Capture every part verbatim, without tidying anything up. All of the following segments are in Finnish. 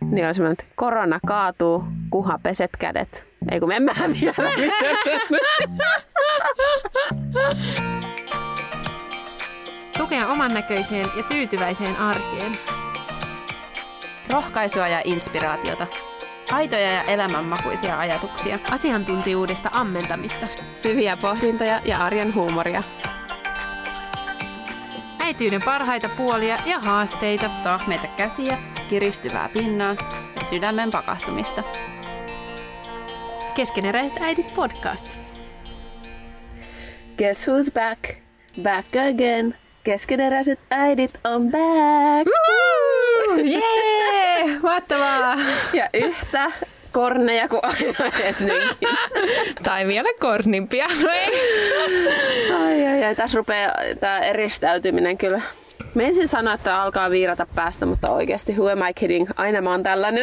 Niin on semmoinen, että korona kaatuu, kuha peset kädet. Ei kun me en mä tiedä. Tukea oman näköiseen ja tyytyväiseen arkeen. Rohkaisua ja inspiraatiota. Aitoja ja elämänmakuisia ajatuksia. Asiantuntijuudesta ammentamista. Syviä pohdintoja ja arjen huumoria. Äityyden parhaita puolia ja haasteita. Tahmeita käsiä, kiristyvää pinnaa ja sydämen pakahtumista. Keskeneräiset äidit podcast. Guess who's back? Back again. Keskeneräiset äidit on back. Jee! Yeah! Mahtavaa! Ja yhtä korneja kuin aina ennenkin. Tai vielä kornimpia. No ei. Ai, ai, ai. Tässä rupeaa tämä eristäytyminen kyllä. Mä ensin sanoin, että alkaa viirata päästä, mutta oikeasti who am I kidding? Aina mä oon tällainen.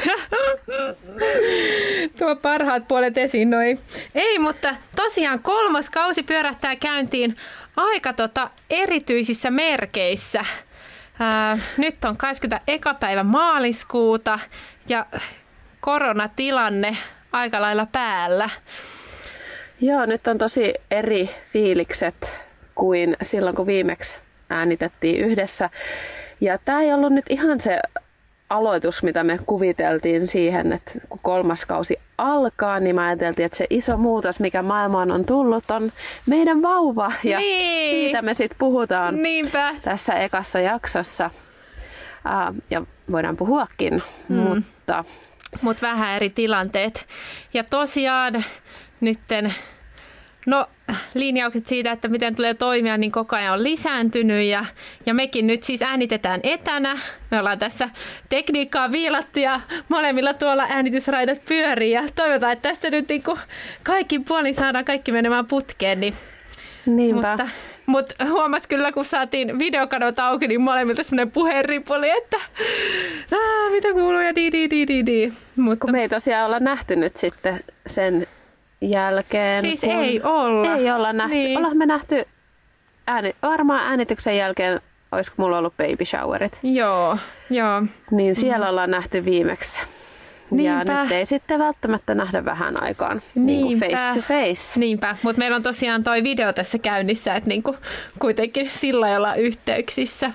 Tuo parhaat puolet esiin noin. Ei, mutta tosiaan kolmas kausi pyörähtää käyntiin aika tota erityisissä merkeissä. Ää, nyt on kahdeskymmenesensimmäinen päivä maaliskuuta ja koronatilanne aika lailla päällä. Joo, nyt on tosi eri fiilikset kuin silloin, kun viimeksi äänitettiin yhdessä. Ja tää ei ollut nyt ihan se aloitus, mitä me kuviteltiin siihen, että kun kolmas kausi alkaa, niin mä ajateltiin, että se iso muutos, mikä maailmaan on tullut, on meidän vauva. Ja niin. Siitä me sitten puhutaan Niinpä. tässä ekassa jaksossa. Ää, ja voidaan puhuakin, mm. mutta... Mutta vähän eri tilanteet. Ja tosiaan nytten, no linjaukset siitä, että miten tulee toimia, niin koko ajan on lisääntynyt ja, ja mekin nyt siis äänitetään etänä. Me ollaan tässä tekniikkaa viilattu ja molemmilla tuolla äänitysraidat pyörii ja toivotaan, että tästä nyt niin kaikin puolin saadaan kaikki menemään putkeen. Niin. Niinpä. Mutta, mutta huomas kyllä, kun saatiin videokanot auki, niin molemmilta semmoinen puheenripuli, että Aa, mitä kuuluu ja di di di di di. Mutta kun me ei tosiaan olla nähty nyt sitten sen jälkeen. Siis ei olla. Ei olla nähty. Niin. Ollaan me nähty ääni, varmaan äänityksen jälkeen, olisiko mulla ollut baby showerit. Joo, joo. Niin siellä mm. ollaan nähty viimeksi. Niinpä. Ja nyt ei sitten välttämättä nähdä vähän aikaan niin face to face. Niinpä, mutta meillä on tosiaan toi video tässä käynnissä, että niinku kuitenkin sillä lailla yhteyksissä.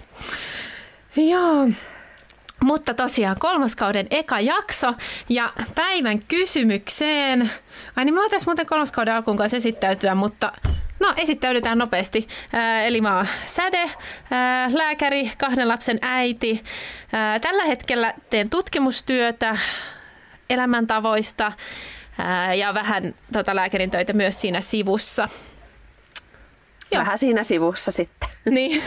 Joo. Mutta tosiaan kolmas kauden eka jakso ja päivän kysymykseen. Ai niin me oltaisiin muuten kolmas kauden alkuun kanssa esittäytyä, mutta no esittäydytään nopeasti. Ää, eli mä oon Säde, ää, lääkäri, kahden lapsen äiti. Ää, tällä hetkellä teen tutkimustyötä elämäntavoista ää, ja vähän tota, lääkärin töitä myös siinä sivussa. Joo. Vähän siinä sivussa sitten. Niin.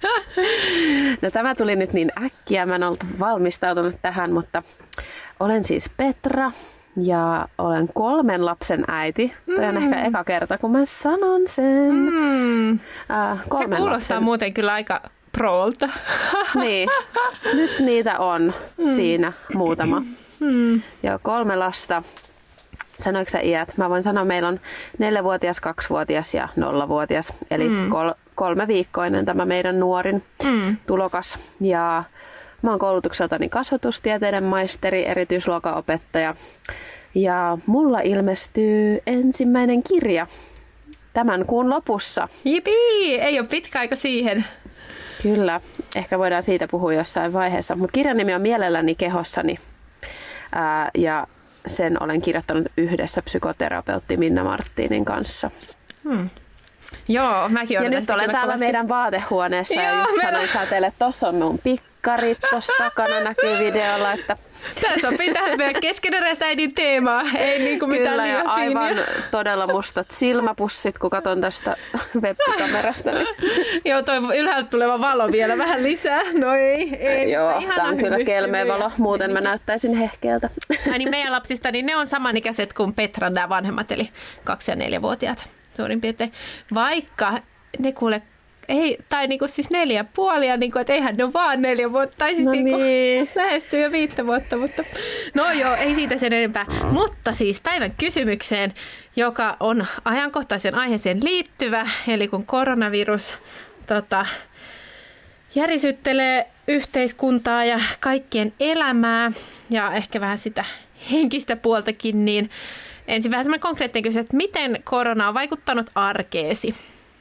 No tämä tuli nyt niin äkkiä, mä en ollut valmistautunut tähän, mutta olen siis Petra ja olen kolmen lapsen äiti. Mm. Toi on ehkä eka kerta, kun mä sanon sen. Mm. Äh, Se kolmen kuulostaa lapsen. muuten kyllä aika proolta. Niin, nyt niitä on mm. siinä muutama. Mm. Joo, kolme lasta. Sanoiko sä iät? Mä voin sanoa, meillä on neljävuotias, kaksivuotias ja nollavuotias. Eli mm. kol- kolme viikkoinen tämä meidän nuorin mm. tulokas. Ja mä oon koulutukseltani kasvatustieteiden maisteri, erityisluokanopettaja. Ja mulla ilmestyy ensimmäinen kirja tämän kuun lopussa. Jipii! Ei ole pitkä aika siihen. Kyllä, ehkä voidaan siitä puhua jossain vaiheessa. Mutta kirjan nimi on Mielelläni kehossani. Ää, ja sen olen kirjoittanut yhdessä psykoterapeutti Minna Marttinin kanssa. Hmm. Joo, mäkin olen. Ja nyt olen täällä kovasti meidän vaatehuoneessa ja Joo, just me... sanoin säteelle, että tossa on mun pikkarit, tossa takana näkyy videolla, että... Tämä sopii tähän meidän keskeneräistä äidin teemaa, ei niinku mitään Kyllä, ja aivan fiinia. todella mustat silmäpussit, kun katson tästä web-kamerasta. Niin... Joo, toi ylhäältä tuleva valo vielä vähän lisää. No ei, ei. Joo, tää on kyllä kelmeä valo, muuten mä näyttäisin hehkeältä. Ai niin meidän lapsista, niin ne on samanikäiset kuin Petran nämä vanhemmat, eli kaksi- ja neljävuotiaat suurin piirtein. Vaikka ne kuule, ei, tai niinku siis neljä puolia, niinku, että eihän ne ole vaan neljä vuotta, tai siis no niinku, niin. lähestyy jo viittä vuotta, mutta no joo, ei siitä sen enempää. Mutta siis päivän kysymykseen, joka on ajankohtaisen aiheeseen liittyvä, eli kun koronavirus tota, järisyttelee yhteiskuntaa ja kaikkien elämää ja ehkä vähän sitä henkistä puoltakin, niin ensin vähän semmoinen konkreettinen kysymys, että miten korona on vaikuttanut arkeesi?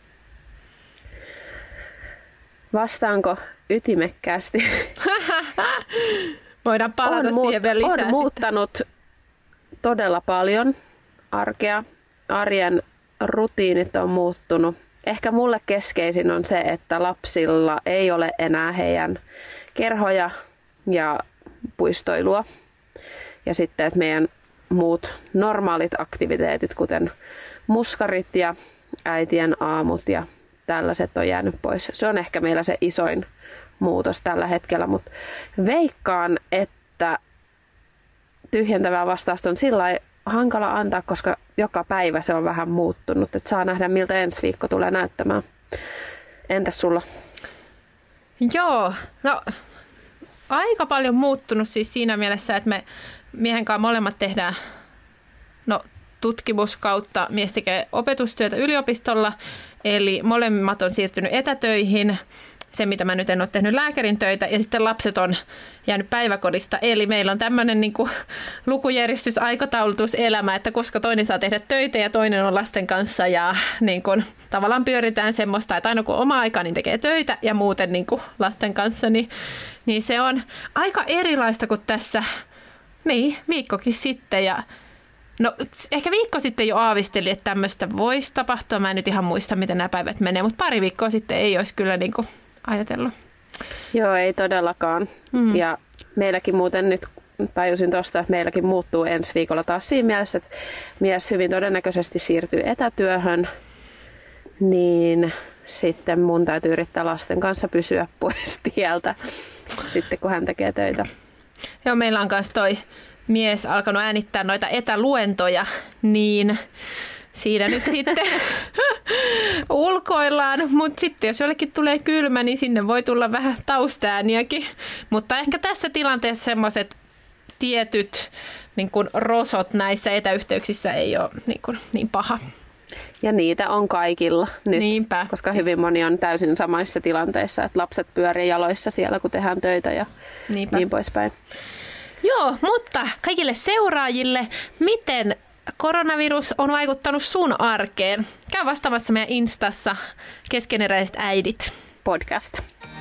Vastaanko ytimekkäästi? Voidaan palata on siihen vielä lisää. On muuttanut todella paljon arkea. Arjen rutiinit on muuttunut. Ehkä mulle keskeisin on se, että lapsilla ei ole enää heidän kerhoja ja puistoilua. Ja sitten, että meidän muut normaalit aktiviteetit, kuten muskarit ja äitien aamut ja tällaiset on jäänyt pois. Se on ehkä meillä se isoin muutos tällä hetkellä, mutta veikkaan, että tyhjentävää vastausta on sillä lailla hankala antaa, koska joka päivä se on vähän muuttunut. Et saa nähdä, miltä ensi viikko tulee näyttämään. Entäs sulla? Joo, no aika paljon muuttunut siis siinä mielessä, että me miehen kanssa molemmat tehdään no, tutkimus kautta mies tekee opetustyötä yliopistolla, eli molemmat on siirtynyt etätöihin. Se, mitä mä nyt en ole tehnyt lääkärin töitä, ja sitten lapset on jäänyt päiväkodista. Eli meillä on tämmöinen niin kuin lukujärjestys, aikataulutus, elämä, että koska toinen saa tehdä töitä ja toinen on lasten kanssa. Ja niin kuin, tavallaan pyöritään semmoista, että aina kun on oma aika, niin tekee töitä ja muuten niin kuin lasten kanssa. Niin, niin se on aika erilaista kuin tässä niin, viikkokin sitten. Ja no ehkä viikko sitten jo aavisteli, että tämmöistä voisi tapahtua. Mä en nyt ihan muista, miten nämä päivät menee, mutta pari viikkoa sitten ei olisi kyllä niin kuin ajatellut. Joo, ei todellakaan. Mm. Ja meilläkin muuten nyt tajusin tuosta, että meilläkin muuttuu ensi viikolla taas siinä mielessä, että mies hyvin todennäköisesti siirtyy etätyöhön, niin sitten mun täytyy yrittää lasten kanssa pysyä pois tieltä sitten, kun hän tekee töitä. Joo, meillä on myös toi mies alkanut äänittää noita etäluentoja, niin siinä nyt sitten ulkoillaan, mutta sitten jos jollekin tulee kylmä, niin sinne voi tulla vähän taustaääniäkin. Mutta ehkä tässä tilanteessa semmoiset tietyt niin kuin rosot näissä etäyhteyksissä ei ole niin, kuin niin paha. Ja niitä on kaikilla nyt, Niinpä, koska siis hyvin moni on täysin samaissa tilanteissa, että lapset pyörii jaloissa siellä, kun tehdään töitä ja Niinpä. niin poispäin. Joo, mutta kaikille seuraajille, miten koronavirus on vaikuttanut sun arkeen? Käy vastaamassa meidän Instassa Keskeneräiset äidit podcast.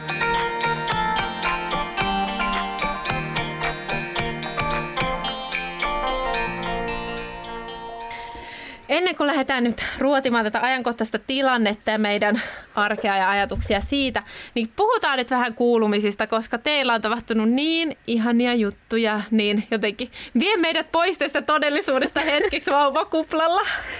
Ennen kuin lähdetään nyt ruotimaan tätä ajankohtaista tilannetta ja meidän arkea ja ajatuksia siitä, niin puhutaan nyt vähän kuulumisista, koska teillä on tapahtunut niin ihania juttuja, niin jotenkin vie meidät pois tästä todellisuudesta hetkeksi vauvakuplalla.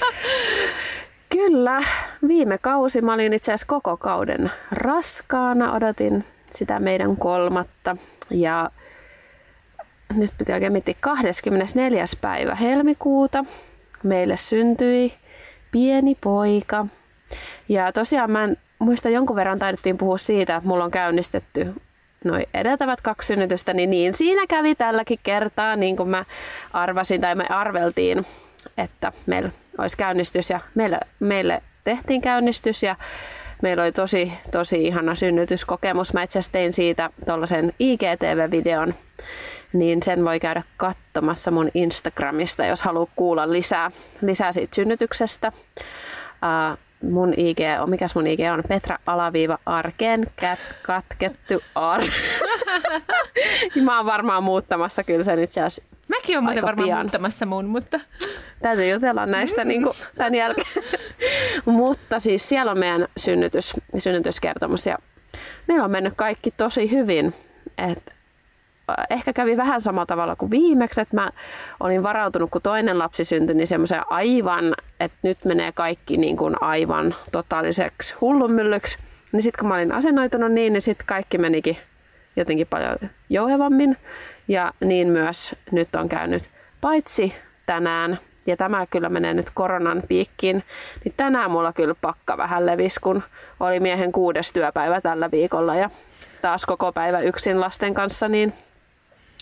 Kyllä. Viime kausi mä olin itse asiassa koko kauden raskaana. Odotin sitä meidän kolmatta. Ja nyt piti oikein miettiä kahdeskymmenesneljäs päivä helmikuuta. Meille syntyi pieni poika. Ja tosiaan mä en muista, jonkun verran taidettiin puhua siitä, että mulla on käynnistetty noi edeltävät kaksi synnytystä, niin, niin siinä kävi tälläkin kertaa, niin kuin mä arvasin tai me arveltiin, että meillä olisi käynnistys ja meille, meille tehtiin käynnistys ja meillä oli tosi, tosi ihana synnytyskokemus. Mä itse asiassa tein siitä tollaisen I G T V-videon, niin sen voi käydä katsomassa mun Instagramista, jos haluaa kuulla lisää, lisää siitä synnytyksestä. Uh, mun I G on, mikäs mun I G on? Petra alaviiva arkeen kat, katkettu ar. Mä oon varmaan muuttamassa kyllä sen itse asiassa. Mäkin oon muuten varmaan pian muuttamassa mun, mutta täytyy jutella näistä niin kuin tämän jälkeen. Mutta siis siellä on meidän synnytys, synnytyskertomus ja meillä on mennyt kaikki tosi hyvin. Et ehkä kävi vähän samalla tavalla kuin viimeksi, että mä olin varautunut, kun toinen lapsi syntyi, niin semmoisen aivan, että nyt menee kaikki niin kuin aivan totaaliseksi hullunmyllyksi. Niin sitten kun mä olin asennoitunut niin, niin sitten kaikki menikin jotenkin paljon jouhevammin. Ja niin myös nyt on käynyt paitsi tänään, ja tämä kyllä menee nyt koronan piikkiin, niin tänään mulla kyllä pakka vähän levisi, kun oli miehen kuudes työpäivä tällä viikolla ja taas koko päivä yksin lasten kanssa, niin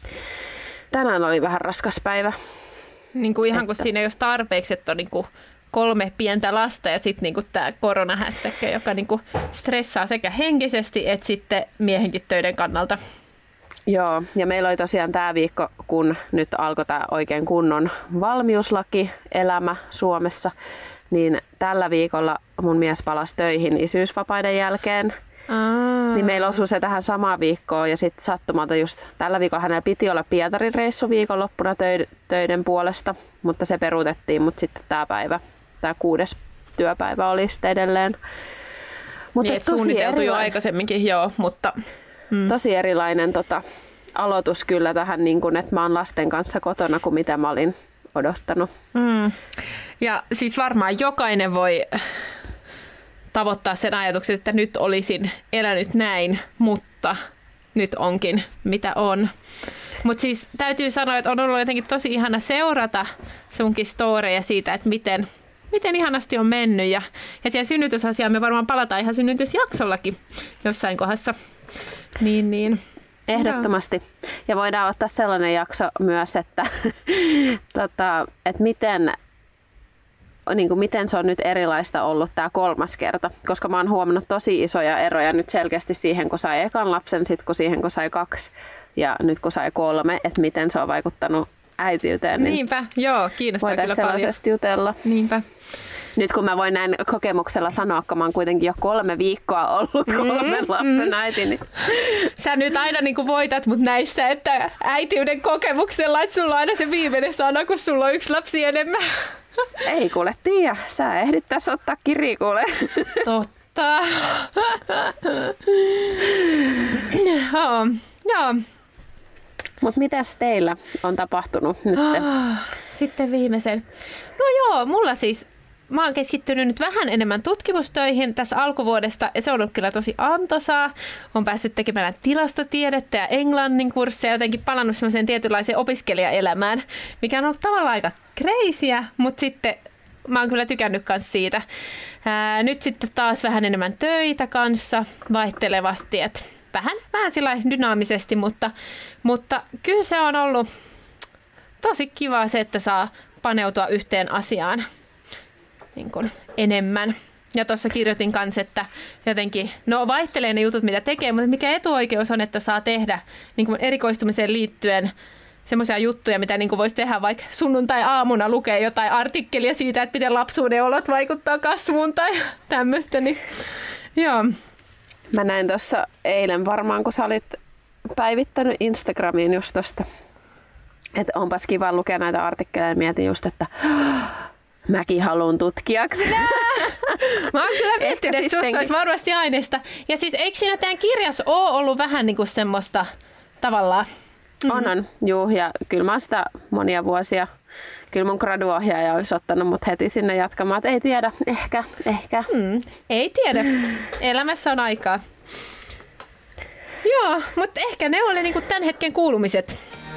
tänään oli vähän raskas päivä. Niin kuin ihan että kun siinä ei olisi tarpeeksi, että on niin kuin kolme pientä lasta ja sitten niinku tämä koronahässäkkä, joka niinku stressaa sekä henkisesti että sitten miehenkin töiden kannalta. Joo, ja meillä oli tosiaan tämä viikko, kun nyt alkoi tämä oikein kunnon valmiuslaki elämä Suomessa, niin tällä viikolla mun mies palasi töihin isyysvapaiden jälkeen. Aa. Niin meillä osui se tähän samaan viikkoon ja sitten sattumalta just tällä viikolla hänellä piti olla Pietarin reissu viikonloppuna töiden puolesta, mutta se peruutettiin, mutta sitten tämä päivä, tämä kuudes työpäivä oli sitten edelleen. Mutta niin, suunniteltu jo aikaisemminkin, joo, mutta... Mm. Tosi erilainen tota, aloitus kyllä tähän, niin kun, että mä oon lasten kanssa kotona kuin mitä mä olin odottanut. Mm. Ja siis varmaan jokainen voi tavoittaa sen ajatuksen, että nyt olisin elänyt näin, mutta nyt onkin mitä on. Mutta siis täytyy sanoa, että on ollut jotenkin tosi ihana seurata sunkin storeja siitä, että miten, miten ihanasti on mennyt. Ja, ja siellä synnytysasiaan me varmaan palataan ihan synnytysjaksollakin jossain kohdassa. Niin, niin. Ehdottomasti. Ja voidaan ottaa sellainen jakso myös, että, tota, että miten, niin kuin miten se on nyt erilaista ollut tämä kolmas kerta. Koska mä oon huomannut tosi isoja eroja nyt selkeästi siihen, kun sai ekan lapsen, sitten kun siihen, kun sai kaksi ja nyt kun sai kolme, että miten se on vaikuttanut äitiyteen. Niin niinpä, joo, kiinnostaa kyllä sellaisesta paljon. Jutella. Niinpä. Nyt kun mä voin näin kokemuksella sanoa, kun mä oon kuitenkin jo kolme viikkoa ollut kolmen mm, lapsen mm. äiti. Niin... Sä nyt aina niin kuin voitat mut näissä, että äitiyden kokemuksella, että sulla on aina se viimeinen sana, kun sulla on yksi lapsi enemmän. Ei kuule, tiiä. Sä ehdit tässä ottaa kiri, kuule. Totta. Joo, joo. Mut mitäs teillä on tapahtunut nyt? Sitten viimeisen. No joo, mulla siis... Mä oon keskittynyt nyt vähän enemmän tutkimustöihin tässä alkuvuodesta ja se on ollut kyllä tosi antoisaa. Oon päässyt tekemään tilastotiedettä ja englannin kursseja, jotenkin palannut semmoiseen tietynlaiseen opiskelijaelämään, mikä on ollut tavallaan aika crazyä, mutta sitten mä oon kyllä tykännyt myös siitä. Ää, nyt sitten taas vähän enemmän töitä kanssa vaihtelevasti, että vähän, vähän sillä dynaamisesti, mutta, mutta kyllä se on ollut tosi kiva se, että saa paneutua yhteen asiaan niin kuin enemmän. Ja tuossa kirjoitin kanssa, että jotenkin, no vaihtelee ne jutut, mitä tekee, mutta mikä etuoikeus on, että saa tehdä niin kuin erikoistumiseen liittyen semmoisia juttuja, mitä niin kuin voisi tehdä vaikka sunnuntai-aamuna lukea jotain artikkelia siitä, että miten lapsuuden olot vaikuttaa kasvuun tai tämmöistä. Niin, joo. Mä näin tuossa eilen varmaan, kun sä olit päivittänyt Instagramiin just tosta, että onpas kiva lukea näitä artikkeleja ja mietin just, että mäkin haluan tutkijaksi. Nää! Mä oon kyllä miettinyt, että susta olisi varmasti aineesta. Ja siis eikö siinä tämän kirjassa ole ollut vähän niin kuin semmoista tavallaan? Mm-hmm. On, on. Juu, ja kyllä mä oon sitä monia vuosia. Kyllä mun graduohjaaja olisi ottanut mut heti sinne jatkamaan, että ei tiedä, ehkä, ehkä. Mm, ei tiedä. Elämässä on aikaa. Joo, mutta ehkä ne oli niin kuin tämän hetken kuulumiset.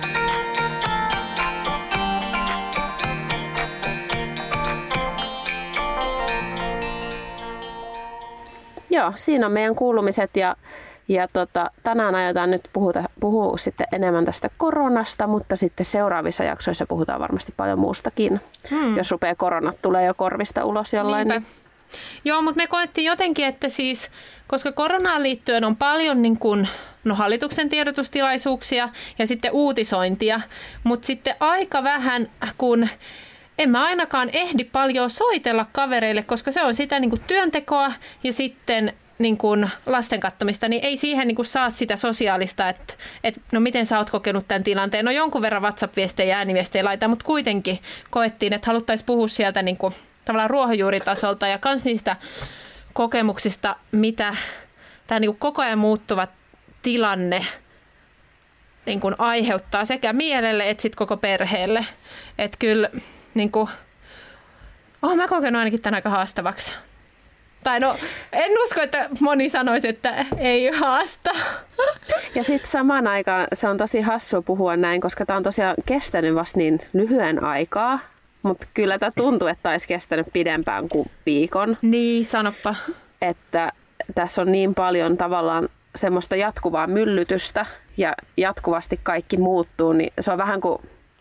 Joo, siinä on meidän kuulumiset ja, ja tota, tänään aiotaan nyt puhuta, puhua sitten enemmän tästä koronasta, mutta sitten seuraavissa jaksoissa puhutaan varmasti paljon muustakin, hmm. jos rupeaa koronat tulee jo korvista ulos jollain. Niin... Joo, mutta me koettiin jotenkin, että siis, koska koronaan liittyen on paljon niin kuin, no, hallituksen tiedotustilaisuuksia ja sitten uutisointia, mutta sitten aika vähän, kun en mä ainakaan ehdi paljon soitella kavereille, koska se on sitä niin kuin työntekoa ja sitten niin kuin lasten katsomista, niin ei siihen niin kuin saa sitä sosiaalista, että, että no miten sä oot kokenut tämän tilanteen. No jonkun verran WhatsApp-viestejä ja ääniviestejä laita, mutta kuitenkin koettiin, että haluttaisiin puhua sieltä niin kuin tavallaan ruohonjuuritasolta ja kans niistä kokemuksista, mitä tämä niin kuin koko ajan muuttuva tilanne niin kuin aiheuttaa sekä mielelle että sit koko perheelle. Että kyllä niin kuin, oh, mä kokenut ainakin tämän aika haastavaksi. Tai no, en usko, että moni sanoisi, että ei haasta. Ja sitten samaan aikaan se on tosi hassua puhua näin, koska tämä on tosiaan kestänyt vasta niin lyhyen aikaa. Mutta kyllä tämä tuntuu, että olisi kestänyt pidempään kuin viikon. Niin, sanoppa. Että tässä on niin paljon tavallaan semmoista jatkuvaa myllytystä ja jatkuvasti kaikki muuttuu. Niin se on vähän kuin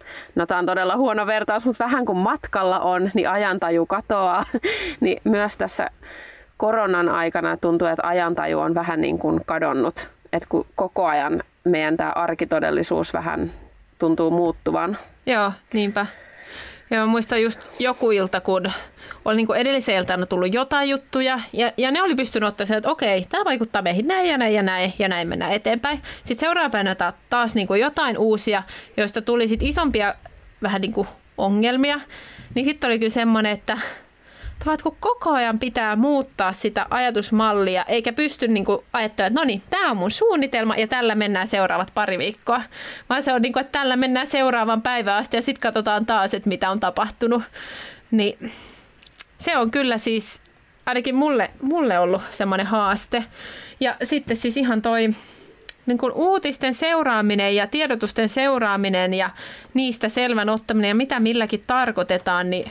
no tää on todella huono vertaus, mutta vähän kun matkalla on, niin ajantaju katoaa. Niin myös tässä koronan aikana tuntuu, että ajantaju on vähän niin kuin kadonnut. Että kun koko ajan meidän tämä arkitodellisuus vähän tuntuu muuttuvan. Joo, niinpä. Ja muistan just joku ilta, kun oli niin kuin edellisen iltana tullut jotain juttuja, ja, ja ne oli pystynyt ottamaan sen, että okei, tämä vaikuttaa meihin näin ja näin ja näin, ja näin mennään eteenpäin. Sitten seuraavana päivänä taas niin kuin jotain uusia, joista tuli sitten isompia vähän niin kuin ongelmia. Niin sitten oli kyllä semmoinen, että kun koko ajan pitää muuttaa sitä ajatusmallia, eikä pysty niin kuin ajattelemaan, että no niin, tämä on mun suunnitelma ja tällä mennään seuraavat pari viikkoa. Vaan se on niin kuin, että tällä mennään seuraavan päivään asti ja sitten katsotaan taas, että mitä on tapahtunut. Niin se on kyllä siis ainakin mulle, mulle ollut semmoinen haaste. Ja sitten siis ihan toi niin kuin uutisten seuraaminen ja tiedotusten seuraaminen ja niistä selvän ottaminen ja mitä milläkin tarkoitetaan, niin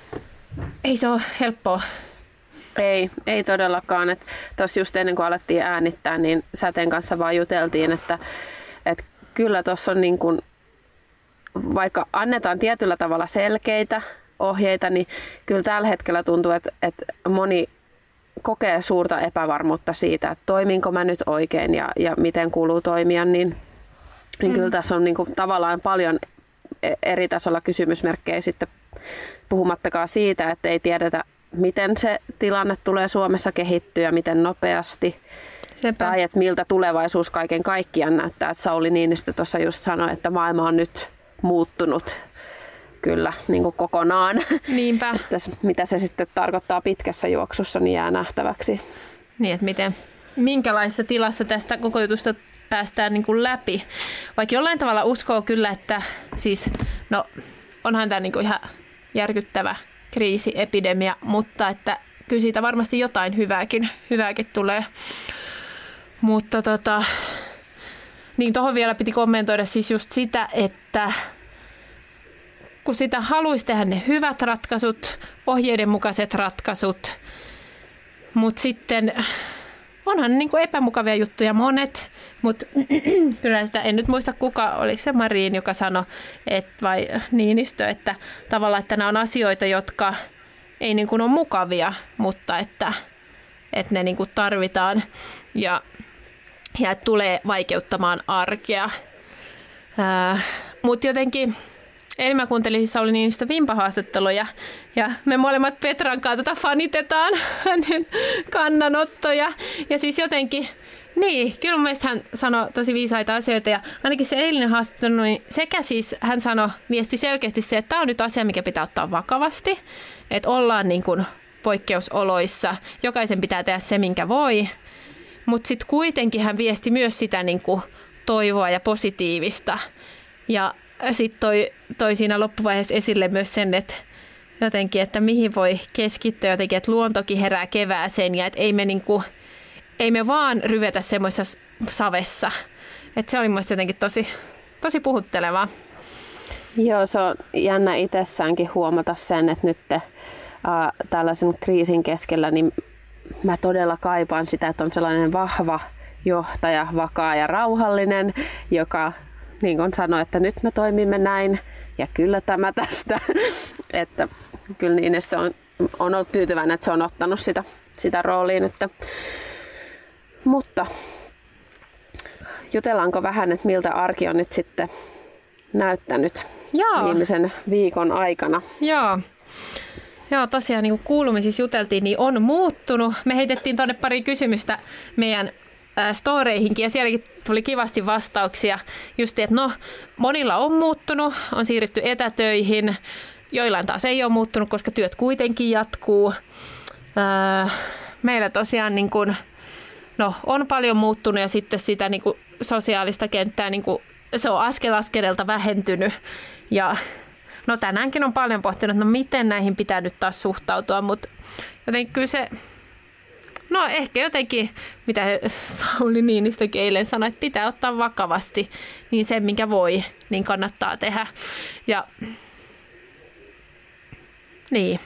ei se ole helppoa. Ei, ei todellakaan. Tuossa just ennen kuin alettiin äänittää, niin Säteen kanssa vaan juteltiin, että, että kyllä tuossa on niin kuin, vaikka annetaan tietyllä tavalla selkeitä ohjeita, niin kyllä tällä hetkellä tuntuu, että, että moni kokee suurta epävarmuutta siitä, että toiminko mä nyt oikein ja, ja miten kuuluu toimia, niin, niin mm. kyllä tässä on niin kuin tavallaan paljon eri tasolla kysymysmerkkejä sitten, puhumattakaan siitä, että ei tiedetä, miten se tilanne tulee Suomessa kehittyä ja miten nopeasti. Sepä. Tai että miltä tulevaisuus kaiken kaikkiaan näyttää. Että Sauli Niinistö tuossa just sanoi, että maailma on nyt muuttunut kyllä niin kuin kokonaan. Niinpä. Että mitä se sitten tarkoittaa pitkässä juoksussa, niin jää nähtäväksi. Niin, että miten, minkälaisessa tilassa tästä koko jutusta päästään niin kuin läpi. Vaikka jollain tavalla uskoo kyllä, että siis, no onhan tämä niin kuin ihan järkyttävä kriisi, epidemia, mutta että kyllä siitä varmasti jotain hyvääkin, hyvääkin tulee. Mutta tota, niin tuohon vielä piti kommentoida siis just sitä, että kun sitä haluaisi tehdä ne hyvät ratkaisut, ohjeiden mukaiset ratkaisut, mutta sitten onhan niin kuin epämukavia juttuja monet, mutta kyllä sitä, en nyt muista kuka, oliko se Marin, joka sanoi, että, vai Niinistö, että tavallaan, että nämä on asioita, jotka ei niin kuin ole mukavia, mutta että, että ne niin kuin tarvitaan ja, ja että tulee vaikeuttamaan arkea. Ää, mutta jotenkin, eli mä kuuntelin siis Sauli Niinistön Vimpa-haastatteluja ja me molemmat Petran kanssa tota fanitetaan hänen kannanottoja. Ja siis jotenkin, niin, kyllä mun mielestä hän sanoi tosi viisaita asioita ja ainakin se eilinen haastattelu, niin sekä siis hän sanoi, viesti selkeästi se, että tämä on nyt asia, mikä pitää ottaa vakavasti. Että ollaan niin kuin poikkeusoloissa, jokaisen pitää tehdä se, minkä voi. Mutta sitten kuitenkin hän viesti myös sitä niin kuin toivoa ja positiivista. Ja sitten toi, toi siinä loppuvaiheessa esille myös sen, että jotenkin, että mihin voi keskittyä jotenkin, että luontokin herää kevääseen ja että ei me, niinku, ei me vaan ryvetä semmoisessa savessa. Että se oli mielestäni jotenkin tosi, tosi puhuttelevaa. Joo, se on jännä itsessäänkin huomata sen, että nyt äh, tällaisen kriisin keskellä niin mä todella kaipaan sitä, että on sellainen vahva johtaja, vakaa ja rauhallinen, joka niin kuin sanoi, että nyt me toimimme näin ja kyllä tämä tästä. Että kyllä niin, se on, on ollut tyytyväinen, että se on ottanut sitä, sitä roolia nyt. Mutta jutellaanko vähän, että miltä arki on nyt sitten näyttänyt Joo. viimeisen viikon aikana? Joo. Joo, tosiaan niin kuin kuulumisissa juteltiin, niin on muuttunut. Me heitettiin tuonne pari kysymystä meidän storeihinkin ja sielläkin tuli kivasti vastauksia. Just, että no, monilla on muuttunut, on siirrytty etätöihin, joillain taas ei ole muuttunut, koska työt kuitenkin jatkuu. Meillä tosiaan niin kuin, no, on paljon muuttunut ja sitten sitä niin kuin sosiaalista kenttää, niin kuin, se on askel askeleelta vähentynyt. Ja no tänäänkin on paljon pohtinut, että no miten näihin pitää nyt taas suhtautua, mutta jotenkin kyllä se, no ehkä jotenkin, mitä Sauli Niinistökin eilen sanoi, että pitää ottaa vakavasti, niin sen minkä voi, niin kannattaa tehdä. Ja niin.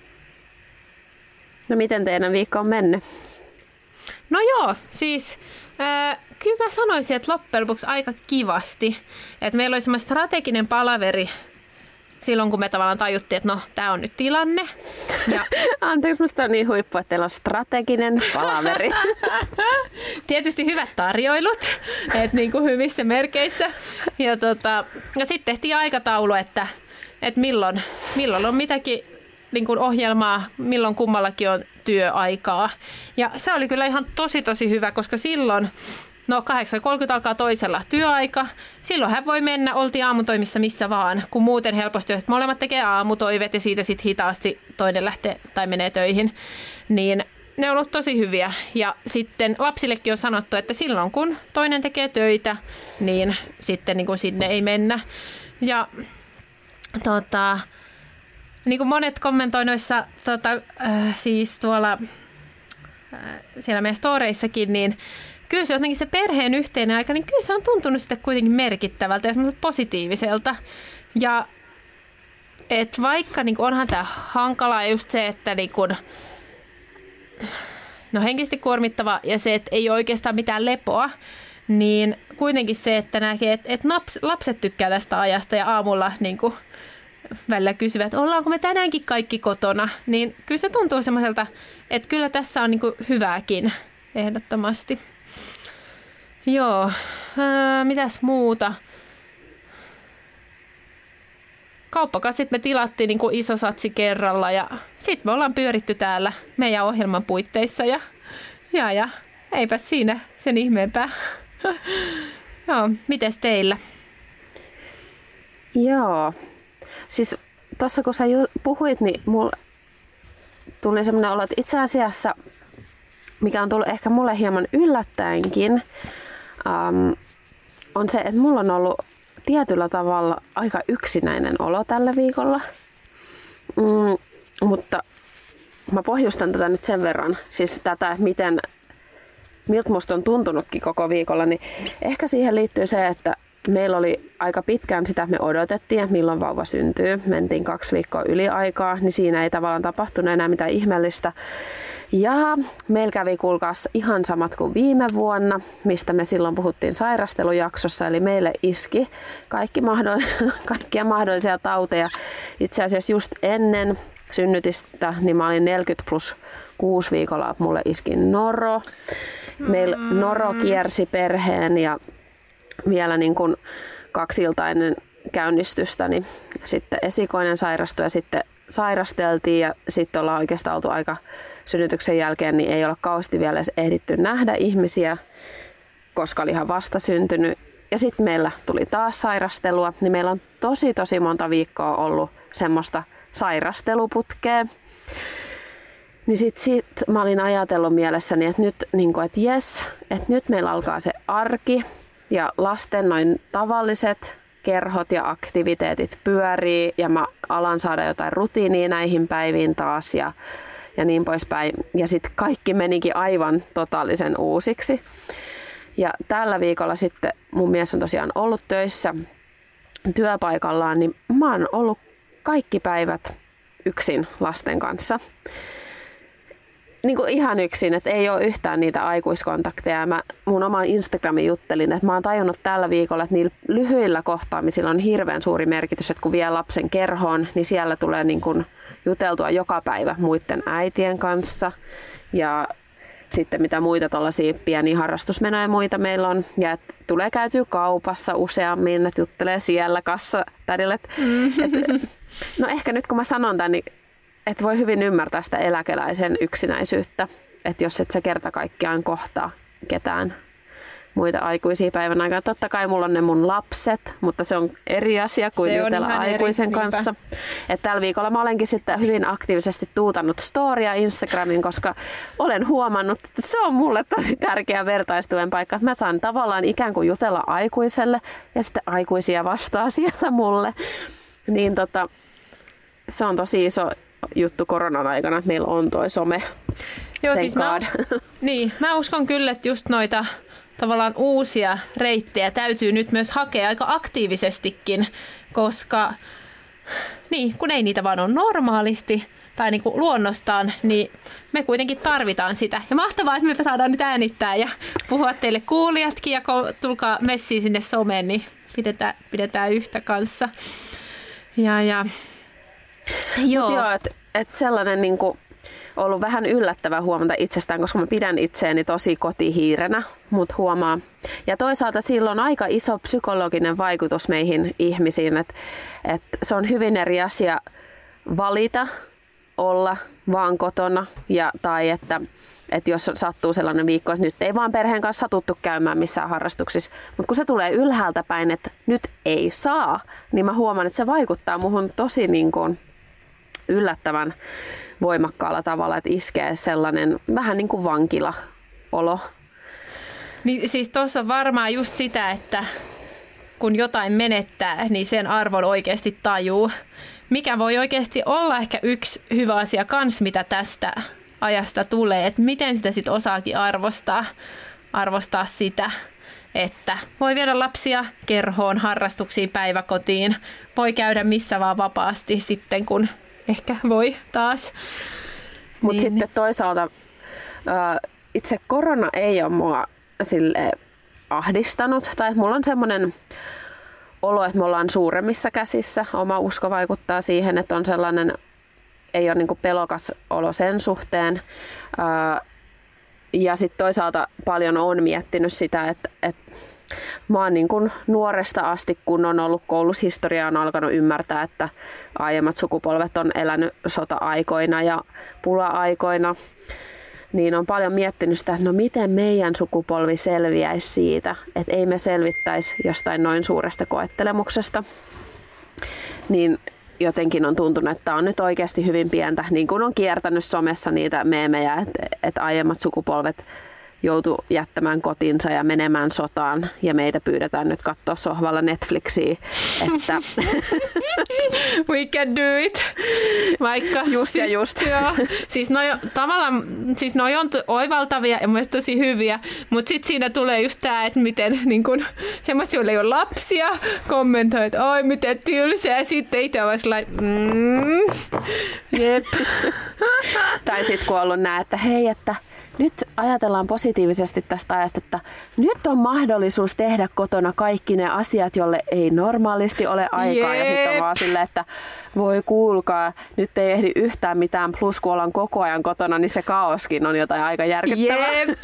No miten teidän viikko on mennyt? No joo, siis Öö, kyllä mä sanoisin, että loppujen lopuksi aika kivasti. Että meillä oli semmoinen strateginen palaveri silloin, kun me tavallaan tajuttiin, että no, tää on nyt tilanne. Ja anteeksi, musta on niin huippu, että teillä on strateginen palaveri. Tietysti hyvät tarjoilut, että niin kuin hyvissä merkeissä. Ja, tota, ja sitten tehtiin aikataulu, että, että milloin, milloin on mitäkin niin kuin ohjelmaa, milloin kummallakin on työaikaa. Ja se oli kyllä ihan tosi tosi hyvä, koska silloin no kahdeksan kolmekymmentä alkaa toisella työaika. Silloin hän voi mennä, oltiin aamutoimissa missä vaan, kun muuten helposti, että molemmat tekee aamutoivet ja siitä sitten hitaasti toinen lähtee tai menee töihin. Niin ne on ollut tosi hyviä. Ja sitten lapsillekin on sanottu, että silloin kun toinen tekee töitä, niin sitten niin kuin sinne ei mennä. Ja tota, niin kuin monet kommentoi noissa tota, äh, siis tuolla äh, siellä meidän storeissakin, niin kyllä se jotenkin se perheen yhteinen aika, niin kyllä se on tuntunut sitten kuitenkin merkittävältä ja positiiviselta. Ja et vaikka niin onhan tämä hankalaa just se, että niin kun, no henkisesti kuormittava ja se, että ei ole oikeastaan mitään lepoa, niin kuitenkin se, että näkee, että, että lapset tykkää tästä ajasta ja aamulla niin kun välillä kysyvät, että ollaanko me tänäänkin kaikki kotona, niin kyllä se tuntuu semmoiselta, että kyllä tässä on niin kun hyvääkin ehdottomasti. Joo, öö, mitäs muuta? Kauppakassit me tilattiin niin kuin iso satsi kerralla ja sitten me ollaan pyöritty täällä meidän ohjelman puitteissa ja, ja, ja eipä siinä sen ihmeempää. Joo, mites teillä? Joo, siis tuossa kun sä puhuit, niin mulla tuli semmoinen olo, että itse asiassa, mikä on tullut ehkä mulle hieman yllättäenkin, Um, on se, että mulla on ollut tietyllä tavalla aika yksinäinen olo tällä viikolla. Mm, mutta mä pohjustan tätä nyt sen verran, siis tätä, miten, miltä musta on tuntunutkin koko viikolla, niin ehkä siihen liittyy se, että meillä oli aika pitkään sitä, että me odotettiin, että milloin vauva syntyy. Mentiin kaksi viikkoa yli aikaa, niin siinä ei tavallaan tapahtunut enää mitään ihmeellistä. Ja meillä kävi kuulkaas ihan samat kuin viime vuonna, mistä me silloin puhuttiin sairastelujaksossa, eli meille iski kaikki mahdoll- kaikkia mahdollisia tauteja. Itse asiassa just ennen synnytystä, niin mä olin neljäkymmentä plus kuusi viikolla, mulle iski noro. Meillä noro kiersi perheen ja vielä niin kuin kaksi iltaa ennen käynnistystä, niin sitten esikoinen sairastui ja sitten sairasteltiin ja sitten ollaan oikeastaan oltu aika synnytyksen jälkeen, niin ei ole kauheasti vielä ehditty nähdä ihmisiä, koska oli ihan vasta syntynyt. Ja sitten meillä tuli taas sairastelua, niin meillä on tosi tosi monta viikkoa ollut semmoista sairasteluputkea. Niin sitten sit mä olin ajatellut mielessäni, että nyt, niin kun, että jes, että nyt meillä alkaa se arki ja lasten noin tavalliset kerhot ja aktiviteetit pyörii ja mä alan saada jotain rutiinia näihin päiviin taas ja, ja niin poispäin. Ja sitten kaikki menikin aivan totaalisen uusiksi. Ja tällä viikolla sitten mun mies on tosiaan ollut töissä työpaikallaan, niin mä oon ollut kaikki päivät yksin lasten kanssa. Niin kuin ihan yksin, että ei ole yhtään niitä aikuiskontakteja. Mä mun oma Instagramin juttelin, että mä oon tajunnut tällä viikolla, että niillä lyhyillä kohtaamisilla on hirveän suuri merkitys, että kun vie lapsen kerhoon, niin siellä tulee niin kuin juteltua joka päivä muiden äitien kanssa. Ja sitten mitä muita tuollaisia pieniä harrastusmenoja ja muita meillä on. Ja että tulee käytyä kaupassa useammin, että juttelee siellä kassatädille. Mm. No ehkä nyt kun mä sanon tämän, niin että voi hyvin ymmärtää sitä eläkeläisen yksinäisyyttä, että jos et sä kerta kaikkiaan kohtaa ketään muita aikuisia päivän aikana. Totta kai mulla on ne mun lapset, mutta se on eri asia kuin se jutella aikuisen eri, kanssa. Et tällä viikolla mä olenkin sitten hyvin aktiivisesti tuutannut storia Instagramiin, koska olen huomannut, että se on mulle tosi tärkeä vertaistuen paikka. Mä saan tavallaan ikään kuin jutella aikuiselle ja sitten aikuisia vastaa siellä mulle. Niin tota, se on tosi iso juttu koronan aikana, että meillä on toi some. Joo, siis mä, us- niin, mä uskon kyllä, että just noita tavallaan uusia reittejä täytyy nyt myös hakea aika aktiivisestikin, koska niin, kun ei niitä vaan ole normaalisti, tai niin kuin luonnostaan, niin me kuitenkin tarvitaan sitä. Ja mahtavaa, että me saadaan nyt äänittää ja puhua teille kuulijatkin ja tulkaa messiin sinne someen, niin pidetään, pidetään yhtä kanssa. Ja, ja. Joo, joo että et sellainen niinku ollut vähän yllättävää huomata itsestään, koska mä pidän itseäni tosi kotihiirenä, mutta huomaa. Ja toisaalta sillä on aika iso psykologinen vaikutus meihin ihmisiin, että et se on hyvin eri asia valita olla vaan kotona ja, tai että et jos sattuu sellainen viikko, että nyt ei vaan perheen kanssa satuttu käymään missään harrastuksissa, mutta kun se tulee ylhäältä päin, että nyt ei saa, niin mä huomaan, että se vaikuttaa muhun tosi niin kuin yllättävän voimakkaalla tavalla, että iskee sellainen vähän niin kuin vankila-olo. Niin siis tuossa on varmaan just sitä, että kun jotain menettää, niin sen arvon oikeasti tajuu. Mikä voi oikeasti olla ehkä yksi hyvä asia kans, mitä tästä ajasta tulee, että miten sitä sitten osaakin arvostaa, arvostaa sitä, että voi viedä lapsia kerhoon, harrastuksiin, päiväkotiin, voi käydä missä vaan vapaasti sitten, kun ehkä voi taas. Mutta niin, sitten toisaalta itse korona ei ole mua sille ahdistanut, tai mulla on semmoinen olo, että me ollaan suuremmissa käsissä. Oma usko vaikuttaa siihen, että on sellainen, ei ole niinku pelokas olo sen suhteen. Ja sitten toisaalta paljon on miettinyt sitä, että, että mä oon niin kuin nuoresta asti, kun on ollut koulushistoria, on alkanut ymmärtää, että aiemmat sukupolvet on elänyt sota-aikoina ja pula-aikoina. Niin on paljon miettinyt sitä, että no miten meidän sukupolvi selviäisi siitä, että ei me selvittäisi jostain noin suuresta koettelemuksesta. Niin jotenkin on tuntunut, että tämä on nyt oikeasti hyvin pientä, niin kuin on kiertänyt somessa niitä meemejä, että, että aiemmat sukupolvet joutu jättämään kotinsa ja menemään sotaan ja meitä pyydetään nyt katsoa sohvalla Netflixiä, että we can do it. Vaikka just siis, ja just. Joo, siis noi, tavallaan, siis noi on oivaltavia ja mielestäni tosi hyviä, mutta sitten siinä tulee just tämä, että miten niin kun, semmoisia, joilla ei ole lapsia, kommentoi, että oi miten tylsää, ja sitten itse on like, mm, jep. Tai sitten kun on ollut nää, että hei, että nyt ajatellaan positiivisesti tästä ajasta, että nyt on mahdollisuus tehdä kotona kaikki ne asiat, jolle ei normaalisti ole aikaa. Jeep. Ja sitten on vaan silleen, että voi kuulkaa, nyt ei ehdi yhtään mitään, plus kun ollaan koko ajan kotona, niin se kaoskin on jotain aika järkyttävää. Jep.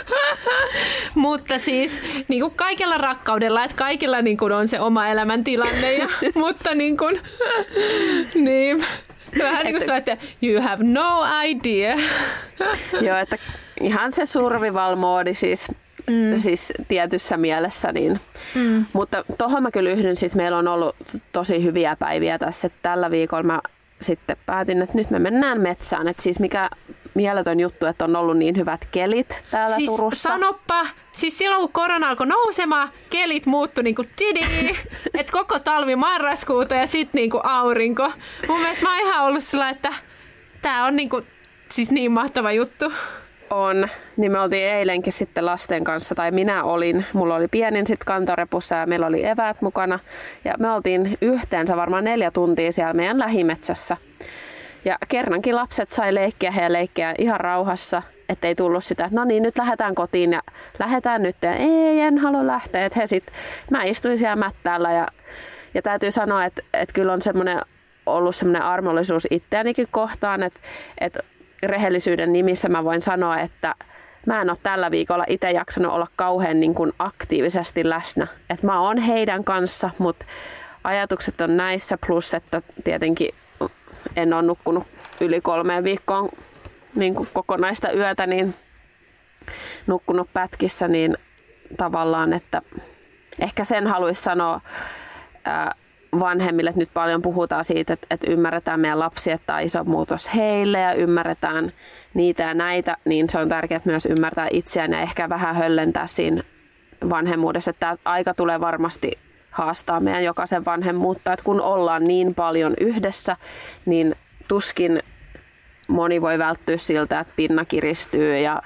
Mutta siis niin kuin kaikella rakkaudella, että kaikilla niin kuin on se oma elämäntilanne, ja, mutta niin kuin, niin... Vähän niin kuin että, että you have no idea. Joo, että ihan se survival-moodi siis, mm. siis tietyssä mielessä. Niin. Mm. Mutta tohon mä kyllä yhdyn, siis meillä on ollut tosi hyviä päiviä tässä. Että tällä viikolla mä sitten päätin, että nyt me mennään metsään. Että siis mikä mieletön juttu, että on ollut niin hyvät kelit täällä siis Turussa. Sanoppa, siis silloin kun korona alkoi nousemaan, kelit muuttui niin kuin tidi, että koko talvi marraskuuta ja sitten niin kuin aurinko. Mun mielestä mä oon ihan ollut sillä, että tää on niin kuin, siis niin mahtava juttu. On. Niin me oltiin eilenkin sitten lasten kanssa, tai minä olin. Mulla oli pienin sitten kantorepussa ja meillä oli eväät mukana. Ja me oltiin yhteensä varmaan neljä tuntia siellä meidän lähimetsässä. Ja kerrankin lapset sai leikkiä heidän leikkiä ihan rauhassa, ettei tullut sitä, että no niin, nyt lähdetään kotiin ja lähdetään nyt. Ja ei, en halua lähteä. Että he sit, mä istuin siellä mättäällä ja, ja täytyy sanoa, että, että kyllä on semmoinen, ollut semmoinen armollisuus itseänikin kohtaan, että, että rehellisyyden nimissä mä voin sanoa, että mä en ole tällä viikolla itse jaksanut olla kauhean niin kuin aktiivisesti läsnä. Että mä oon heidän kanssa, mutta ajatukset on näissä, plus että tietenkin en ole nukkunut yli kolmeen viikkoon niin kuin kokonaista yötä, niin nukkunut pätkissä, niin tavallaan, että ehkä sen haluaisi sanoa ää, vanhemmille, että nyt paljon puhutaan siitä, että, että ymmärretään meidän lapsia, että tämä on iso muutos heille ja ymmärretään niitä ja näitä, niin se on tärkeää myös ymmärtää itseään ja ehkä vähän höllentää siinä vanhemmuudessa, että tämä aika tulee varmasti haastaa meidän jokaisen vanhemmuutta, että kun ollaan niin paljon yhdessä, niin tuskin moni voi välttyä siltä, että pinna kiristyy ja,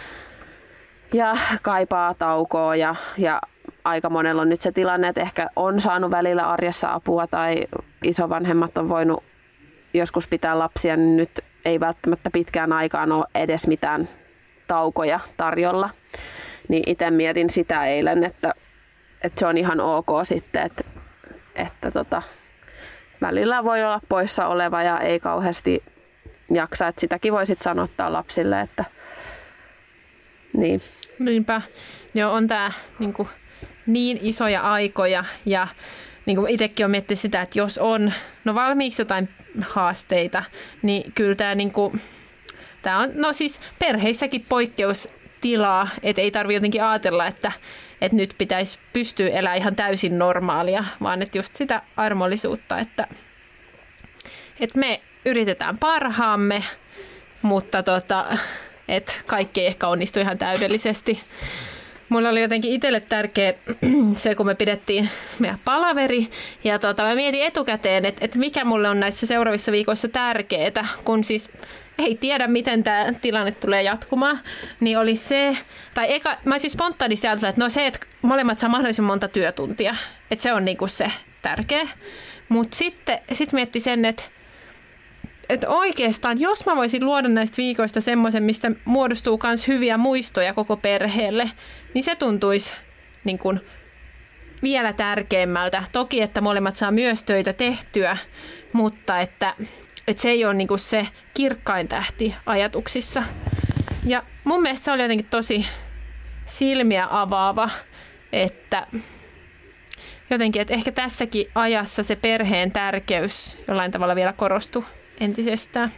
ja kaipaa taukoa ja, ja aika monella on nyt se tilanne, että ehkä on saanut välillä arjessa apua tai isovanhemmat on voinut joskus pitää lapsia, niin nyt ei välttämättä pitkään aikaan ole edes mitään taukoja tarjolla. Niin itse mietin sitä eilen, että, että se on ihan ok sitten, että, että tota, välillä voi olla poissa oleva ja ei kauheasti jaksa. Että sitäkin voi sitten sanottaa lapsille, että niin. Niinpä. Joo, on tää niinku niin isoja aikoja ja niin kuin itsekin olen miettinyt sitä, että jos on no valmiiksi jotain haasteita, niin kyllä tämä, niin kuin, tämä on no siis perheissäkin poikkeustilaa, että ei tarvitse jotenkin ajatella, että, että nyt pitäisi pystyä elämään ihan täysin normaalia, vaan että just sitä armollisuutta, että, että me yritetään parhaamme, mutta tota, että kaikki ei ehkä onnistu ihan täydellisesti. Mulla oli jotenkin itselle tärkeä se, kun me pidettiin meidän palaveri. Ja tota, mä mietin etukäteen, että, että mikä mulle on näissä seuraavissa viikoissa tärkeää, kun siis ei tiedä, miten tämä tilanne tulee jatkumaan. Niin oli se, tai eka, mä siis spontaanisti ajattelin, että no se, että molemmat saa mahdollisimman monta työtuntia. Että se on niinku se tärkeä. Mutta sitten sit mietti sen, että että oikeastaan, jos mä voisin luoda näistä viikoista semmoisen, mistä muodostuu myös hyviä muistoja koko perheelle, niin se tuntuisi niin kuin vielä tärkeämmältä. Toki, että molemmat saa myös töitä tehtyä, mutta että, että se ei ole niin kuin se kirkkain tähti ajatuksissa. Ja mun mielestä se oli jotenkin tosi silmiä avaava, että jotenkin, että ehkä tässäkin ajassa se perheen tärkeys jollain tavalla vielä korostuu entisestään.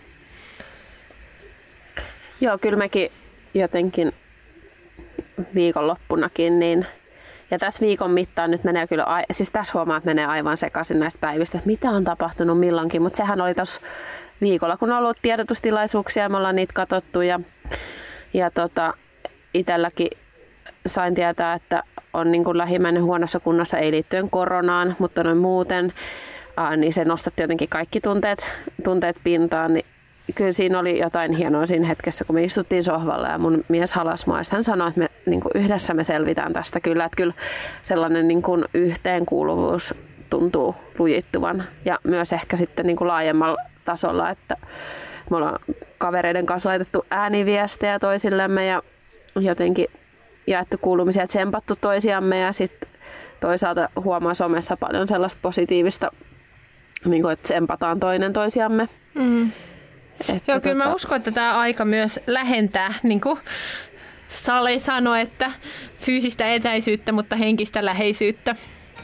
Joo, kyllä mekin jotenkin viikonloppunakin, niin, ja tässä viikon mittaan nyt menee kyllä, siis tässä huomaa, että menee aivan sekaisin näistä päivistä, että mitä on tapahtunut milloinkin, mutta sehän oli tuossa viikolla, kun on ollut tiedotustilaisuuksia ja me ollaan niitä katsottu ja, ja tota, itselläkin sain tietää, että on niin kuin lähimmäinen huonossa kunnossa, ei liittyen koronaan, mutta noin muuten, ää, niin se nostatti jotenkin kaikki tunteet, tunteet pintaan, niin kyllä siinä oli jotain hienoa siinä hetkessä, kun me istuttiin sohvalla ja mun mies halasi mua. Hän sanoi, että me, niin kuin yhdessä me selvitään tästä kyllä. Että kyllä sellainen niin kuin yhteenkuuluvuus tuntuu lujittuvan. Ja myös ehkä sitten niin kuin laajemmalla tasolla, että me ollaan kavereiden kanssa laitettu ääniviestejä toisillemme ja jotenkin jaettu kuulumisia, tsempattu toisiamme ja sitten toisaalta huomaa somessa paljon sellaista positiivista, niin kuin, että tsempataan toinen toisiamme. Mm. Että Joo, kyllä tota... mä uskon, että tämä aika myös lähentää, niin kuin Sale sanoi, että fyysistä etäisyyttä, mutta henkistä läheisyyttä.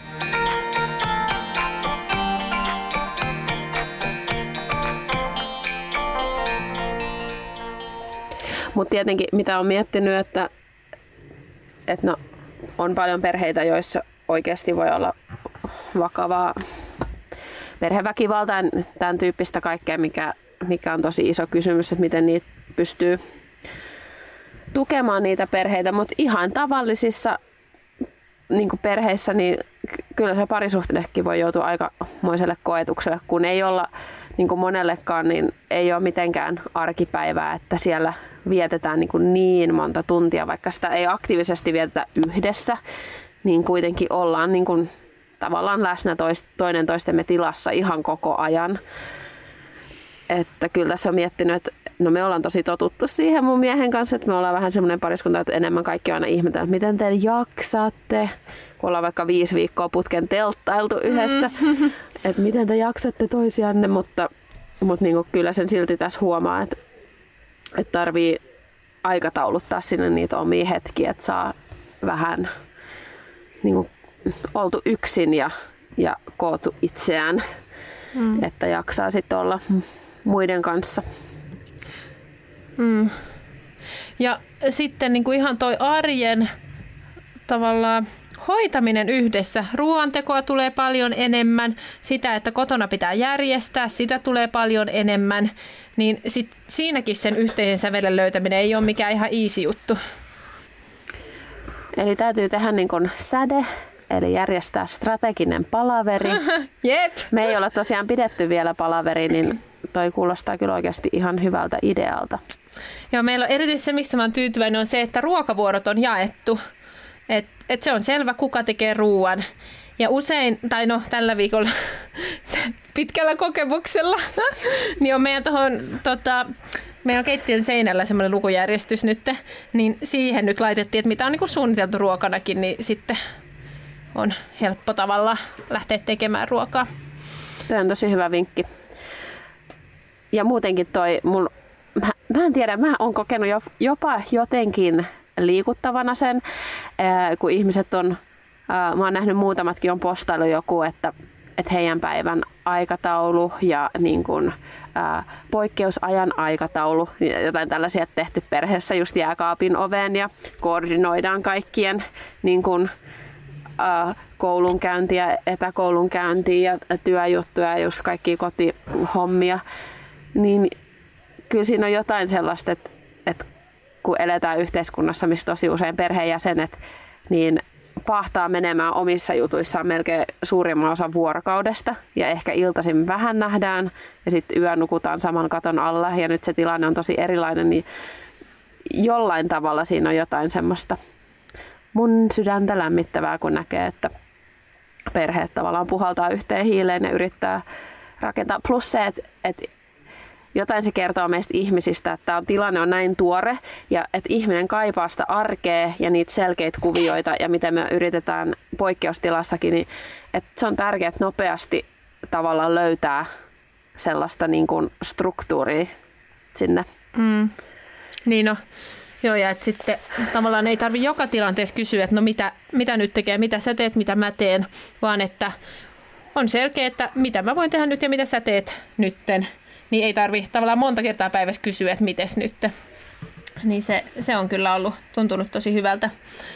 Mutta tietenkin, mitä on miettinyt, että, että no, on paljon perheitä, joissa oikeasti voi olla vakavaa perheväkivaltaa, tämän tyyppistä kaikkea, mikä mikä on tosi iso kysymys, että miten niitä pystyy tukemaan niitä perheitä, mutta ihan tavallisissa niin kuin perheissä, niin kyllä se parisuhteellekin voi joutua aikamoiselle koetukselle, kun ei olla niin kuin monellekaan, niin ei ole mitenkään arkipäivää, että siellä vietetään niin, kuin niin monta tuntia, vaikka sitä ei aktiivisesti vietetä yhdessä, niin kuitenkin ollaan niin kuin tavallaan läsnä toinen toistemme tilassa ihan koko ajan. Että kyllä tässä on miettinyt, että no me ollaan tosi totuttu siihen mun miehen kanssa, että me ollaan vähän semmoinen pariskunta, että enemmän kaikki aina ihmetään, että miten te jaksatte, kun ollaan vaikka viisi viikkoa putken telttailtu yhdessä, mm. että miten te jaksatte toisianne, mutta, mutta niin kuin kyllä sen silti tässä huomaa, että, että tarvii aikatauluttaa sinne niitä omia hetkiä, että saa vähän niin kuin oltu yksin ja, ja koottu itseään, mm. että jaksaa sitten olla muiden kanssa. Mm. Ja sitten niin kuin ihan toi arjen tavallaan hoitaminen yhdessä. Ruoantekoa tulee paljon enemmän, sitä, että kotona pitää järjestää, sitä tulee paljon enemmän. Niin sit siinäkin sen yhteisen sävelen löytäminen ei ole mikään ihan easy juttu. Eli täytyy tehdä niin kuin säde, eli järjestää strateginen palaveri. Jep. Me ei olla tosiaan pidetty vielä palaveri, niin toi kuulostaa kyllä oikeasti ihan hyvältä idealta. Joo, meillä on erityisesti se, mistä mä oon tyytyväinen, on se, että ruokavuorot on jaettu. Et, et se on selvä, kuka tekee ruuan. Ja usein, tai no tällä viikolla, pitkällä kokemuksella. Niin on meidän tohon, tota, meillä on keittiön seinällä semmoinen lukujärjestys nyt, niin siihen nyt laitettiin, että mitä on niin kuin suunniteltu ruokanakin, niin sitten on helppo tavalla lähteä tekemään ruokaa. Tämä on tosi hyvä vinkki. Ja muutenkin toi, mul, mä, mä en tiedä, mä oon kokenut jopa jotenkin liikuttavana sen, kun ihmiset on, mä oon nähnyt muutamatkin on postailu joku, että, että heidän päivän aikataulu ja niin kun, ää, poikkeusajan aikataulu, jotain tällaisia tehty perheessä just jääkaapin oveen ja koordinoidaan kaikkien niin kun, ää, koulunkäyntiä, etäkoulunkäyntiä ja työjuttuja ja just kaikkia kotihommia, niin kyllä siinä on jotain sellaista, että, että kun eletään yhteiskunnassa, missä tosi usein perheenjäsenet, niin pahtaa menemään omissa jutuissaan melkein suurimman osan vuorokaudesta ja ehkä iltaisin vähän nähdään ja sitten yö nukutaan saman katon alla ja nyt se tilanne on tosi erilainen, niin jollain tavalla siinä on jotain semmoista mun sydäntä lämmittävää, kun näkee, että perheet tavallaan puhaltaa yhteen hiileen ja yrittää rakentaa. Plus se, että, että jotain se kertoo meistä ihmisistä, että tämä tilanne on näin tuore ja että ihminen kaipaa sitä arkea ja niitä selkeitä kuvioita ja miten me yritetään poikkeustilassakin, niin että se on tärkeää, että nopeasti tavallaan löytää sellaista niin kuin struktuuria sinne. Mm. Niin no. Joo, ja että sitten tavallaan ei tarvitse joka tilanteessa kysyä, että no mitä, mitä nyt tekee, mitä sä teet, mitä mä teen, vaan että on selkeä, että mitä mä voin tehdä nyt ja mitä sä teet nytten. Niin ei tarvitse tavallaan monta kertaa päivässä kysyä, että mites nyt. Niin se, se on kyllä ollut tuntunut tosi hyvältä.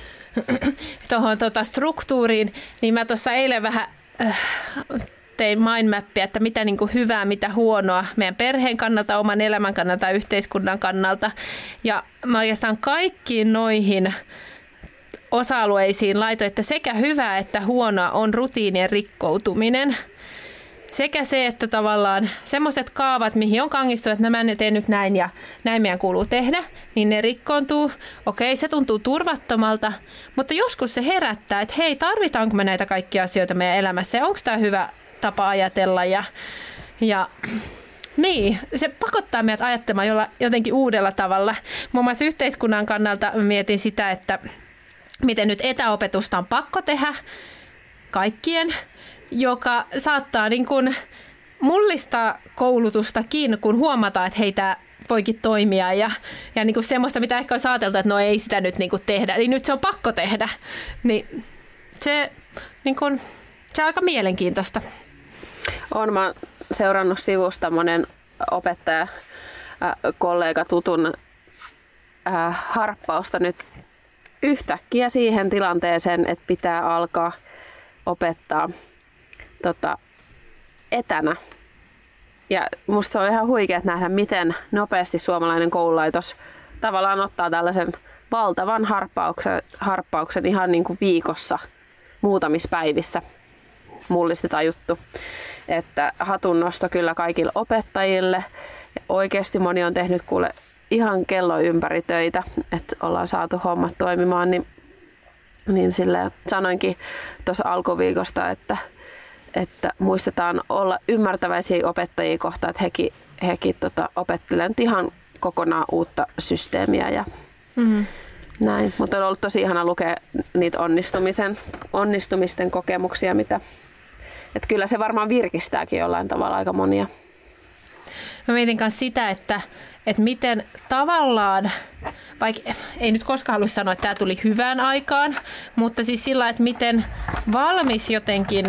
Tuohon tota struktuuriin, niin mä tuossa eilen vähän äh, tein mindmappia, että mitä niin kuin hyvää, mitä huonoa meidän perheen kannalta, oman elämän kannalta, yhteiskunnan kannalta. Ja mä oikeastaan kaikkiin noihin osa-alueisiin laitoin, että sekä hyvää että huonoa on rutiinien rikkoutuminen. Sekä se, että tavallaan semmoiset kaavat, mihin on kangistu, että mä en tee nyt näin ja näin meidän kuuluu tehdä, niin ne rikkoontuu. Okei, se tuntuu turvattomalta, mutta joskus se herättää, että hei, tarvitaanko me näitä kaikkia asioita meidän elämässä ja onko tämä hyvä tapa ajatella. Ja, ja niin, se pakottaa meidät ajattelemaan jolla, jotenkin uudella tavalla. Muun muassa yhteiskunnan kannalta mietin sitä, että miten nyt etäopetusta on pakko tehdä kaikkien, joka saattaa niin kuin mullistaa koulutustakin, kun huomataan, että hei, tämä voikin toimia ja, ja niin kuin semmoista, mitä ehkä olisi ajateltu, että no ei sitä nyt niin kuin tehdä, niin nyt se on pakko tehdä. Niin se, niin kuin, se on aika mielenkiintoista. Olen mä seurannut sivusta monen opettaja, äh, kollega, tutun äh, harppausta nyt yhtäkkiä siihen tilanteeseen, että pitää alkaa opettaa Tota, etänä. Ja musta se on ihan huikeaa nähdä, miten nopeasti suomalainen koululaitos tavallaan ottaa tällaisen valtavan harppauksen, harppauksen ihan niin kuin viikossa, muutamissa päivissä. Mullistetaan juttu. Että hatunnosto kyllä kaikille opettajille. Ja oikeasti moni on tehnyt kuule ihan kello ympäri töitä, että ollaan saatu hommat toimimaan. Niin, niin silleen sanoinkin tuossa alkuviikosta, että että muistetaan olla ymmärtäväisiä opettajia kohtaan, että hekin, hekin tota, opettelevat ihan kokonaan uutta systeemiä ja mm-hmm. näin. Mutta on ollut tosi ihana lukea niitä onnistumisen, onnistumisten kokemuksia, mitä, että kyllä se varmaan virkistääkin jollain tavalla aika monia. Mä mietin myös sitä, että, että miten tavallaan, vaikka ei nyt koskaan halua sanoa, että tämä tuli hyvään aikaan, mutta siis sillä, että miten valmis jotenkin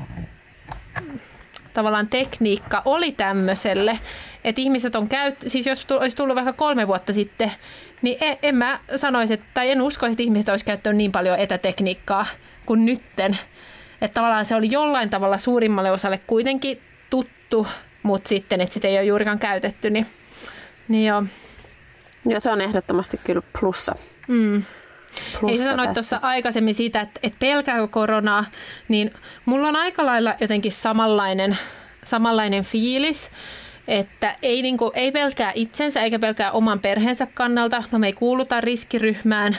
tavallaan tekniikka oli tämmöiselle, että ihmiset on käyt, siis jos olisi tullut vaikka kolme vuotta sitten, niin en, en mä sanoisi, että, tai en uskoisi, että ihmiset olisi käyttänyt niin paljon etätekniikkaa kuin nytten. Että tavallaan se oli jollain tavalla suurimmalle osalle kuitenkin tuttu, mutta sitten, että sitä ei ole juurikaan käytetty, niin, niin joo. Joo, se on ehdottomasti kyllä plussa. Mm. Ei sä sanoit tuossa aikaisemmin siitä, että, että pelkääkö koronaa, niin mulla on aika lailla jotenkin samanlainen, samanlainen fiilis, että ei, niin kuin, ei pelkää itsensä eikä pelkää oman perheensä kannalta. No me ei kuuluta riskiryhmään,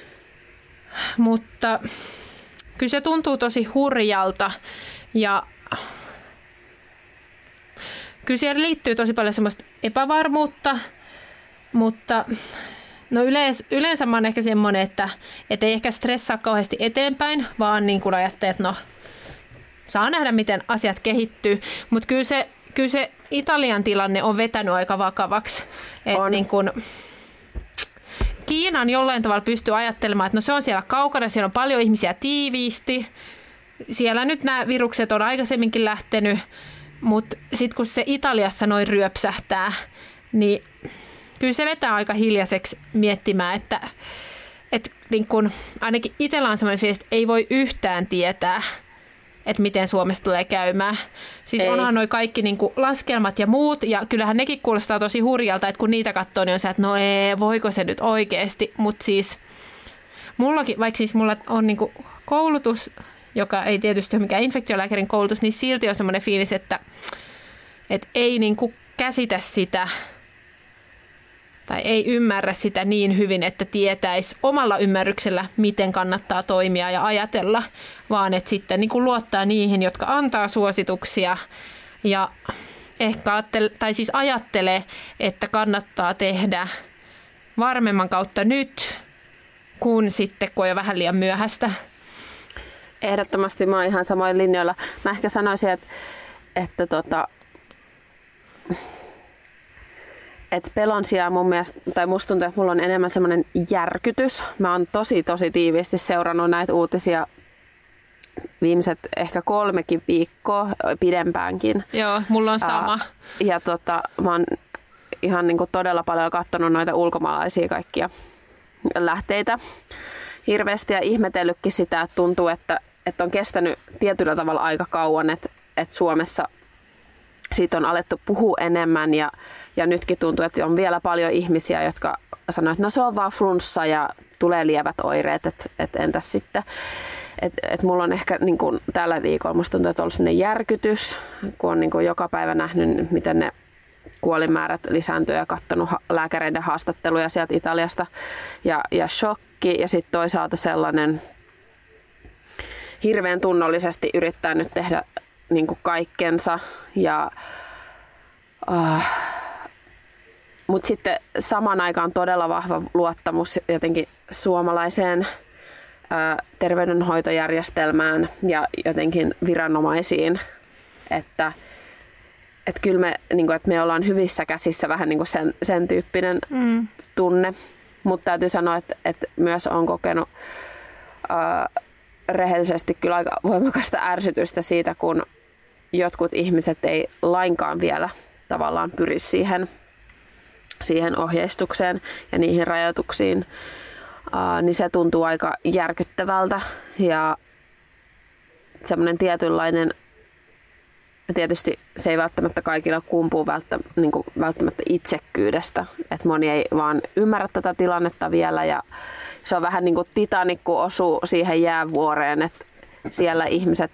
mutta kyllä se tuntuu tosi hurjalta ja kyllä siihen liittyy tosi paljon semmoista epävarmuutta, mutta no yleensä, yleensä mä oon ehkä semmoinen, että et ei ehkä stressaa kauheasti eteenpäin, vaan niin kuin ajattelee, että no saa nähdä, miten asiat kehittyy, mutta kyllä se, kyllä se Italian tilanne on vetänyt aika vakavaksi. Et niin kun Kiinan jollain tavalla pystyy ajattelemaan, että no se on siellä kaukana, siellä on paljon ihmisiä tiiviisti. Siellä nyt nämä virukset on aikaisemminkin lähtenyt, mutta sitten kun se Italiassa noin ryöpsähtää, niin kyllä se vetää aika hiljaiseksi miettimään, että, että niin kun, ainakin itsellä on sellainen fiilis, että ei voi yhtään tietää, että miten Suomessa tulee käymään. Siis ei. Onhan noi kaikki niin kuin laskelmat ja muut, ja kyllähän nekin kuulostaa tosi hurjalta, että kun niitä katsoo, niin on se, että no ei, voiko se nyt oikeasti. Mutta siis mullakin, vaikka siis mulla on niin kuin koulutus, joka ei tietysti ole mikään infektiolääkärin koulutus, niin silti on semmoinen fiilis, että, että ei niin kuin käsitä sitä, tai ei ymmärrä sitä niin hyvin, että tietäisi omalla ymmärryksellä, miten kannattaa toimia ja ajatella, vaan että sitten niin kuin luottaa niihin, jotka antaa suosituksia ja ehkä ajattele, tai siis ajattelee, että kannattaa tehdä varmemman kautta nyt, kuin sitten, kun on jo vähän liian myöhäistä. Ehdottomasti mä oon ihan samoin linjoilla. Mä ehkä sanoisin, että, että tota, Et pelon sijaan mun mielestä, tai musta tuntuu, että mulla on enemmän semmoinen järkytys. Mä oon tosi, tosi tiiviisti seurannut näitä uutisia viimeiset ehkä kolmekin viikkoa, pidempäänkin. Joo, mulla on sama. Uh, ja tota, mä oon ihan niin kuin todella paljon katsonut noita ulkomaalaisia kaikkia lähteitä hirveästi ja ihmetellytkin sitä, että tuntuu, että, että on kestänyt tietyllä tavalla aika kauan, että, että Suomessa siitä on alettu puhua enemmän ja, ja nytkin tuntuu, että on vielä paljon ihmisiä, jotka sanoo, että no se on vaan flunssa ja tulee lievät oireet, että, että entäs sitten. Että et mulla on ehkä niin kuin tällä viikolla, musta tuntuu, että on ollut sellainen järkytys, kun on niin kuin joka päivä nähnyt, miten ne kuolinmäärät lisääntyy ja katsonut ha- lääkäreiden haastatteluja sieltä Italiasta ja, ja shokki ja sitten toisaalta sellainen hirveän tunnollisesti yrittää nyt tehdä niin kuin kaikkensa ja uh, mutta sitten samaan aikaan todella vahva luottamus jotenkin suomalaiseen uh, terveydenhoitojärjestelmään ja jotenkin viranomaisiin, että et kyllä me, niin kuin, että me ollaan hyvissä käsissä vähän niin kuin sen, sen tyyppinen mm. tunne, mutta täytyy sanoa, että, että myös on kokenut uh, rehellisesti kyllä aika voimakasta ärsytystä siitä, kun jotkut ihmiset ei lainkaan vielä tavallaan pyri siihen, siihen ohjeistukseen ja niihin rajoituksiin, uh, niin se tuntuu aika järkyttävältä ja semmoinen tietynlainen, tietysti se ei välttämättä kaikilla kumpuu välttämättä, niin kuin välttämättä itsekkyydestä, että moni ei vaan ymmärrä tätä tilannetta vielä ja se on vähän niin kuin Titanic, kun osuu siihen jäävuoreen, että siellä ihmiset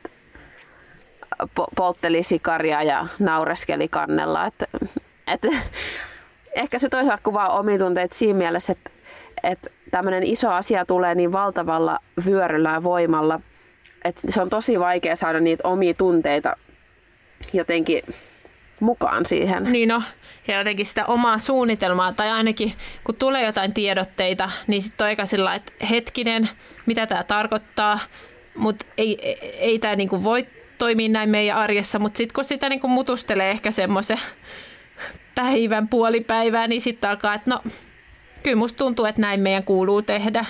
poltteli sikaria ja naureskeli kannella. Että, että ehkä se toisaalta kuvaa omia tunteita siinä mielessä, että, että tämmöinen iso asia tulee niin valtavalla vyöryllä ja voimalla, että se on tosi vaikea saada niitä omia tunteita jotenkin mukaan siihen. Niin no, ja jotenkin sitä omaa suunnitelmaa, tai ainakin kun tulee jotain tiedotteita, niin sitten on aika sillä, että hetkinen, mitä tämä tarkoittaa, mutta ei, ei, ei tämä niinku voi toimia näin meidän arjessa, mutta sitten kun sitä niinku mutustelee ehkä semmoisen päivän, puolipäivää, niin sitten alkaa, että no, kyllä musta tuntuu, että näin meidän kuuluu tehdä.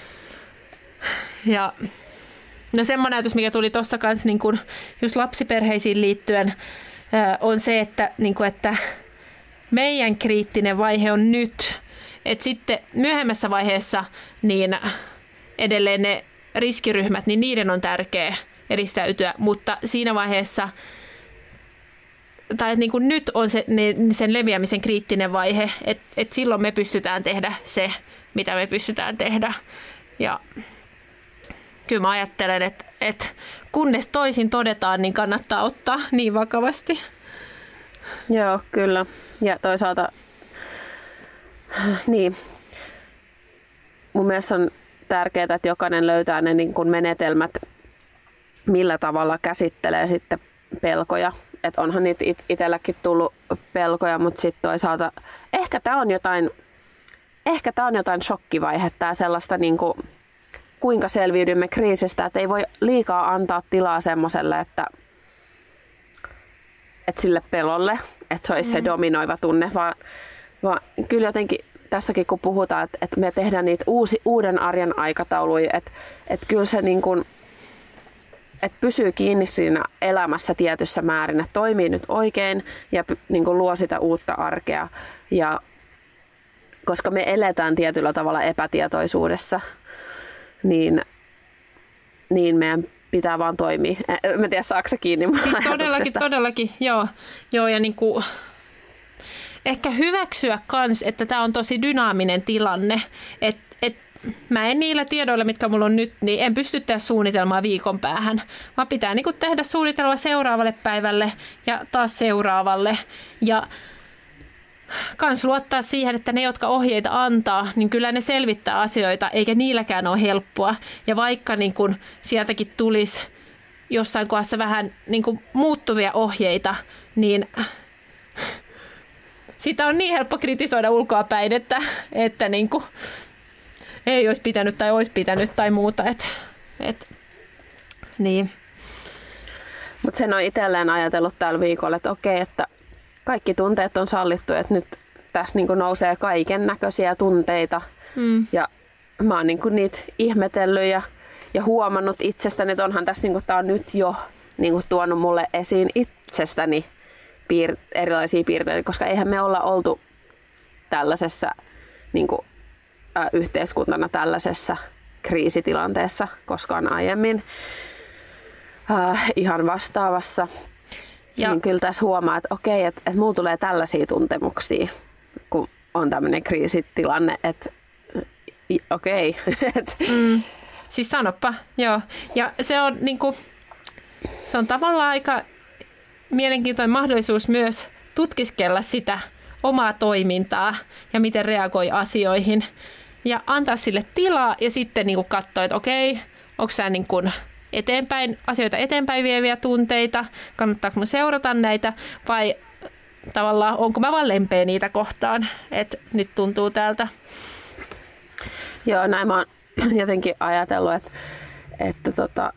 Ja no semmoinen ajatus, mikä tuli tuossa kanssa niin kun just lapsiperheisiin liittyen, on se, että, niin kun, että meidän kriittinen vaihe on nyt. Et sitten myöhemmässä vaiheessa niin edelleen ne riskiryhmät, niin niiden on tärkeä eristäytyä, mutta siinä vaiheessa, tai että niin kun nyt on se, sen leviämisen kriittinen vaihe, että et silloin me pystytään tehdä se, mitä me pystytään tehdä. Ja kyllä mä ajattelen, että, että kunnes toisin todetaan, niin kannattaa ottaa niin vakavasti. Joo, kyllä. Ja toisaalta, niin, mun mielestä on tärkeää, että jokainen löytää ne niin kuin menetelmät, millä tavalla käsittelee sitten pelkoja. et onhan niitä it- itselläkin tullut pelkoja, mutta sitten toisaalta ehkä tämä on jotain, ehkä tää on jotain shokkivaihetta ja sellaista niinku, kuinka selviydymme kriisistä, että ei voi liikaa antaa tilaa semmoselle, että, että sille pelolle, että se olisi mm. se dominoiva tunne, vaan, vaan kyllä jotenkin tässäkin kun puhutaan, että, että me tehdään niitä uusi, uuden arjen aikatauluja, että, että kyllä se niin kuin, että pysyy kiinni siinä elämässä tietyssä määrin, että toimii nyt oikein ja niin kuin luo sitä uutta arkea. Ja koska me eletään tietyllä tavalla epätietoisuudessa, niin, niin meidän pitää vaan toimia. Mä en tiedä, saako se kiinni mun Siis todellakin, todellakin, joo. joo ja niin kuin, ehkä hyväksyä kans, että tämä on tosi dynaaminen tilanne, että et, mä en niillä tiedoilla, mitkä mulla on nyt, niin en pysty tehdä suunnitelmaa viikon päähän, vaan pitää niin kuin tehdä suunnitelma seuraavalle päivälle ja taas seuraavalle. Ja kans luottaa siihen, että ne, jotka ohjeita antaa, niin kyllä ne selvittää asioita, eikä niilläkään ole helppoa. Ja vaikka niin kun sieltäkin tulisi jossain kohdassa vähän niin kun muuttuvia ohjeita, niin sitä on niin helppo kritisoida ulkoapäin, että, että niin kun ei olisi pitänyt tai olisi pitänyt tai muuta. Et, et, niin. Mutta sen on itselleen ajatellut tällä viikolla, että okei, että kaikki tunteet on sallittu, että nyt tässä niinku nousee kaiken näköisiä tunteita. Mm. Ja mä oon niinku niitä ihmetellyt ja, ja huomannut itsestäni, että onhan tässä niinku, tää on nyt jo niinku tuonut mulle esiin itsestäni piir- erilaisia piirteitä, koska eihän me olla oltu tällaisessa niinku, ä, yhteiskuntana tällaisessa kriisitilanteessa koskaan aiemmin äh, ihan vastaavassa. Ja niin kyllä tässä huomaa, että okei, että, että mulla tulee tällaisia tuntemuksia, kun on tämmöinen kriisitilanne, että okei. Mm. Siis sanoppa, joo. Ja se on, niin kuin, se on tavallaan aika mielenkiintoinen mahdollisuus myös tutkiskella sitä omaa toimintaa ja miten reagoi asioihin. Ja antaa sille tilaa ja sitten niin kuin katsoa, että okei, onko sä niin kuin eteenpäin, asioita eteenpäin vieviä tunteita, kannattaako mun seurata näitä vai tavallaan onko mä vaan lempeä niitä kohtaan, että nyt tuntuu tältä. Joo, näin mä oon jotenkin ajatellut, että, että, tota,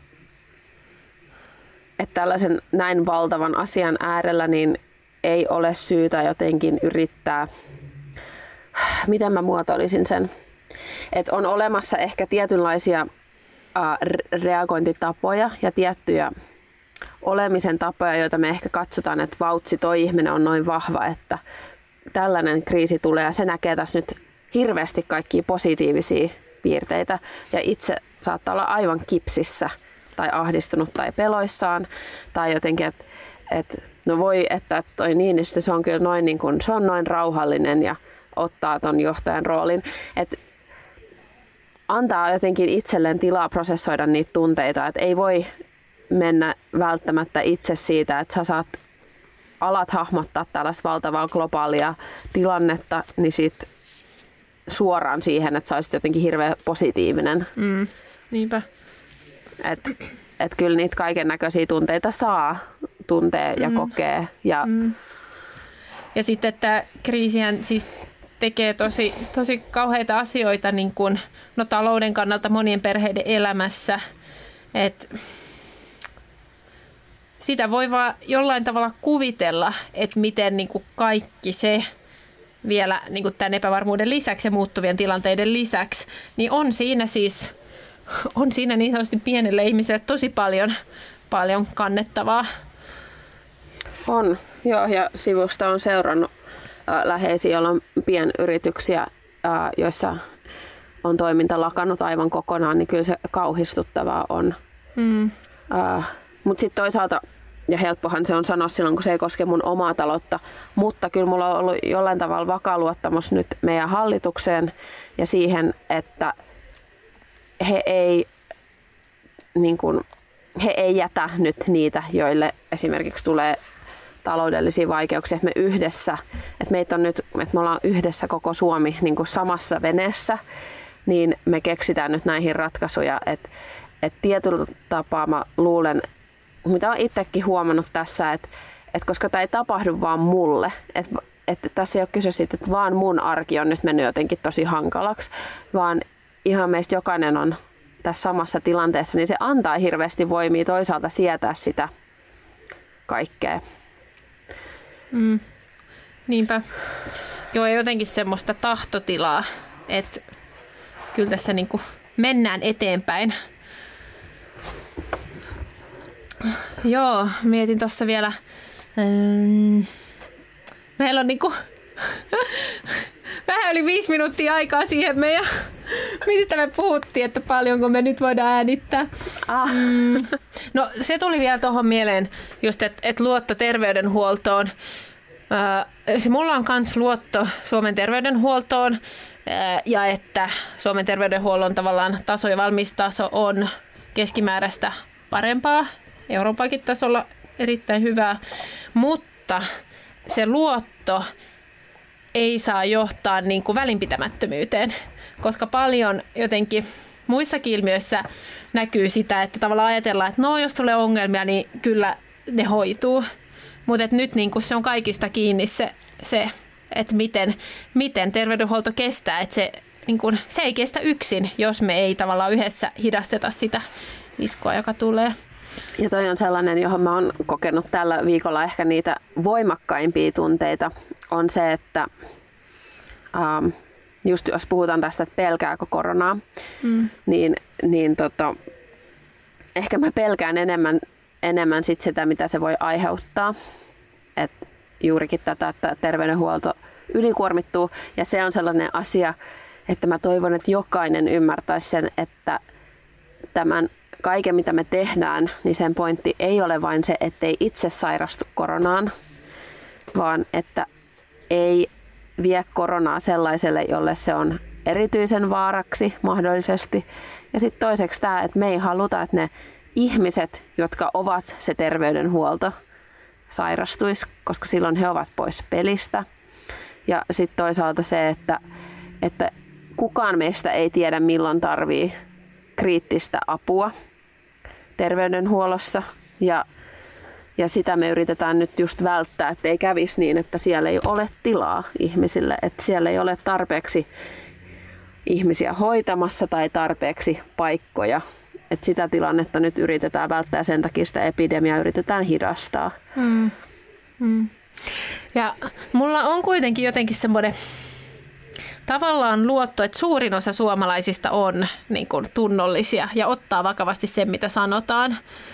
että tällaisen näin valtavan asian äärellä niin ei ole syytä jotenkin yrittää, miten mä muotoilisin sen, että on olemassa ehkä tietynlaisia reagointitapoja ja tiettyjä olemisen tapoja, joita me ehkä katsotaan, että vautsi, toi ihminen on noin vahva, että tällainen kriisi tulee ja se näkee tässä nyt hirveästi kaikkia positiivisia piirteitä ja itse saattaa olla aivan kipsissä tai ahdistunut tai peloissaan tai jotenkin, että, että no voi, että toi Niinistö, se on kyllä noin, niin kuin, se on noin rauhallinen ja ottaa ton johtajan roolin, että antaa jotenkin itselleen tilaa prosessoida niitä tunteita, että ei voi mennä välttämättä itse siitä, että sä saat alat hahmottaa tällaista valtavaa globaalia tilannetta, niin sit suoraan siihen, että sä olisit jotenkin hirveän positiivinen. Mm, niinpä. Että et kyllä niitä kaiken näköisiä tunteita saa tuntee ja mm. kokee. Ja, mm. ja sitten, että kriisihän siis tekee tosi, tosi kauheita asioita niin kuin, no, talouden kannalta monien perheiden elämässä. Et sitä voi vaan jollain tavalla kuvitella, että miten niin kuin kaikki se vielä niin kuin tämän epävarmuuden lisäksi ja muuttuvien tilanteiden lisäksi, niin on siinä siis on siinä niin sanotusti pienelle ihmiselle tosi paljon, paljon kannettavaa. On, joo, ja sivusta on seurannut äh, läheisiä, joilla on pienyrityksiä, äh, joissa on toiminta lakannut aivan kokonaan, niin kyllä se kauhistuttavaa on. Mm. Äh, mutta sitten toisaalta, ja helppohan se on sanoa silloin, kun se ei koske mun omaa taloutta, mutta kyllä mulla on ollut jollain tavalla vakaa luottamus nyt meidän hallitukseen ja siihen, että he ei, niin kuin, he ei jätä nyt niitä, joille esimerkiksi tulee taloudellisia vaikeuksia, että me yhdessä, että meitä on nyt, että me ollaan yhdessä koko Suomi niin kuin samassa veneessä, niin me keksitään nyt näihin ratkaisuja, että, että tietyllä tapaa mä luulen, mitä olen itsekin huomannut tässä, että, että koska tämä ei tapahdu vaan mulle, että, että tässä ei ole kyse siitä, että vaan mun arki on nyt mennyt jotenkin tosi hankalaksi, vaan ihan meistä jokainen on tässä samassa tilanteessa, niin se antaa hirveästi voimia toisaalta sietää sitä kaikkea. Mm. Niinpä. Joo, jotenkin semmoista tahtotilaa, että kyllä tässä niin kuin mennään eteenpäin. Joo, mietin tuossa vielä. Ähm, meillä on niinku vähän yli viisi minuuttia aikaa siihen meidän, mistä me puhuttiin, että paljonko me nyt voidaan äänittää. Ah. Mm, no se tuli vielä tuohon mieleen, just että et luotto terveydenhuoltoon. Äh, mulla on myös luotto Suomen terveydenhuoltoon äh, ja että Suomen terveydenhuollon tavallaan taso ja valmistaso on keskimääräistä parempaa. Euroopankin tasolla erittäin hyvää, mutta se luotto ei saa johtaa niin kuin välinpitämättömyyteen, koska paljon jotenkin muissakin ilmiöissä näkyy sitä, että tavallaan ajatellaan, että no jos tulee ongelmia, niin kyllä ne hoituu. Mutta nyt niin kuin se on kaikista kiinni se, se että miten, miten terveydenhuolto kestää. Että se, niin kuin, se ei kestä yksin, jos me ei tavallaan yhdessä hidasteta sitä iskua, joka tulee. Ja toi on sellainen, johon mä oon kokenut tällä viikolla ehkä niitä voimakkaimpia tunteita, on se, että ähm, just jos puhutaan tästä, että pelkääkö koronaa, mm. niin, niin tota, ehkä mä pelkään enemmän, enemmän sit sitä, mitä se voi aiheuttaa. Et juurikin tätä, että terveydenhuolto ylikuormittuu, ja se on sellainen asia, että mä toivon, että jokainen ymmärtäisi sen, että tämän kaiken, mitä me tehdään, niin sen pointti ei ole vain se, ettei itse sairastu koronaan, vaan että ei vie koronaa sellaiselle, jolle se on erityisen vaaraksi mahdollisesti. Ja sitten toiseksi tämä, että me ei haluta, että ne ihmiset, jotka ovat se terveydenhuolto, sairastuisi, koska silloin he ovat pois pelistä. Ja sitten toisaalta se, että, että kukaan meistä ei tiedä, milloin tarvii kriittistä apua terveydenhuollossa, ja, ja sitä me yritetään nyt just välttää, että ei kävisi niin, että siellä ei ole tilaa ihmisille, että siellä ei ole tarpeeksi ihmisiä hoitamassa tai tarpeeksi paikkoja. Että sitä tilannetta nyt yritetään välttää, sen takia sitä epidemiaa yritetään hidastaa. Hmm. Hmm. Ja mulla on kuitenkin jotenkin semmoinen tavallaan luotto, että suurin osa suomalaisista on niin kuin tunnollisia ja ottaa vakavasti sen, mitä sanotaan.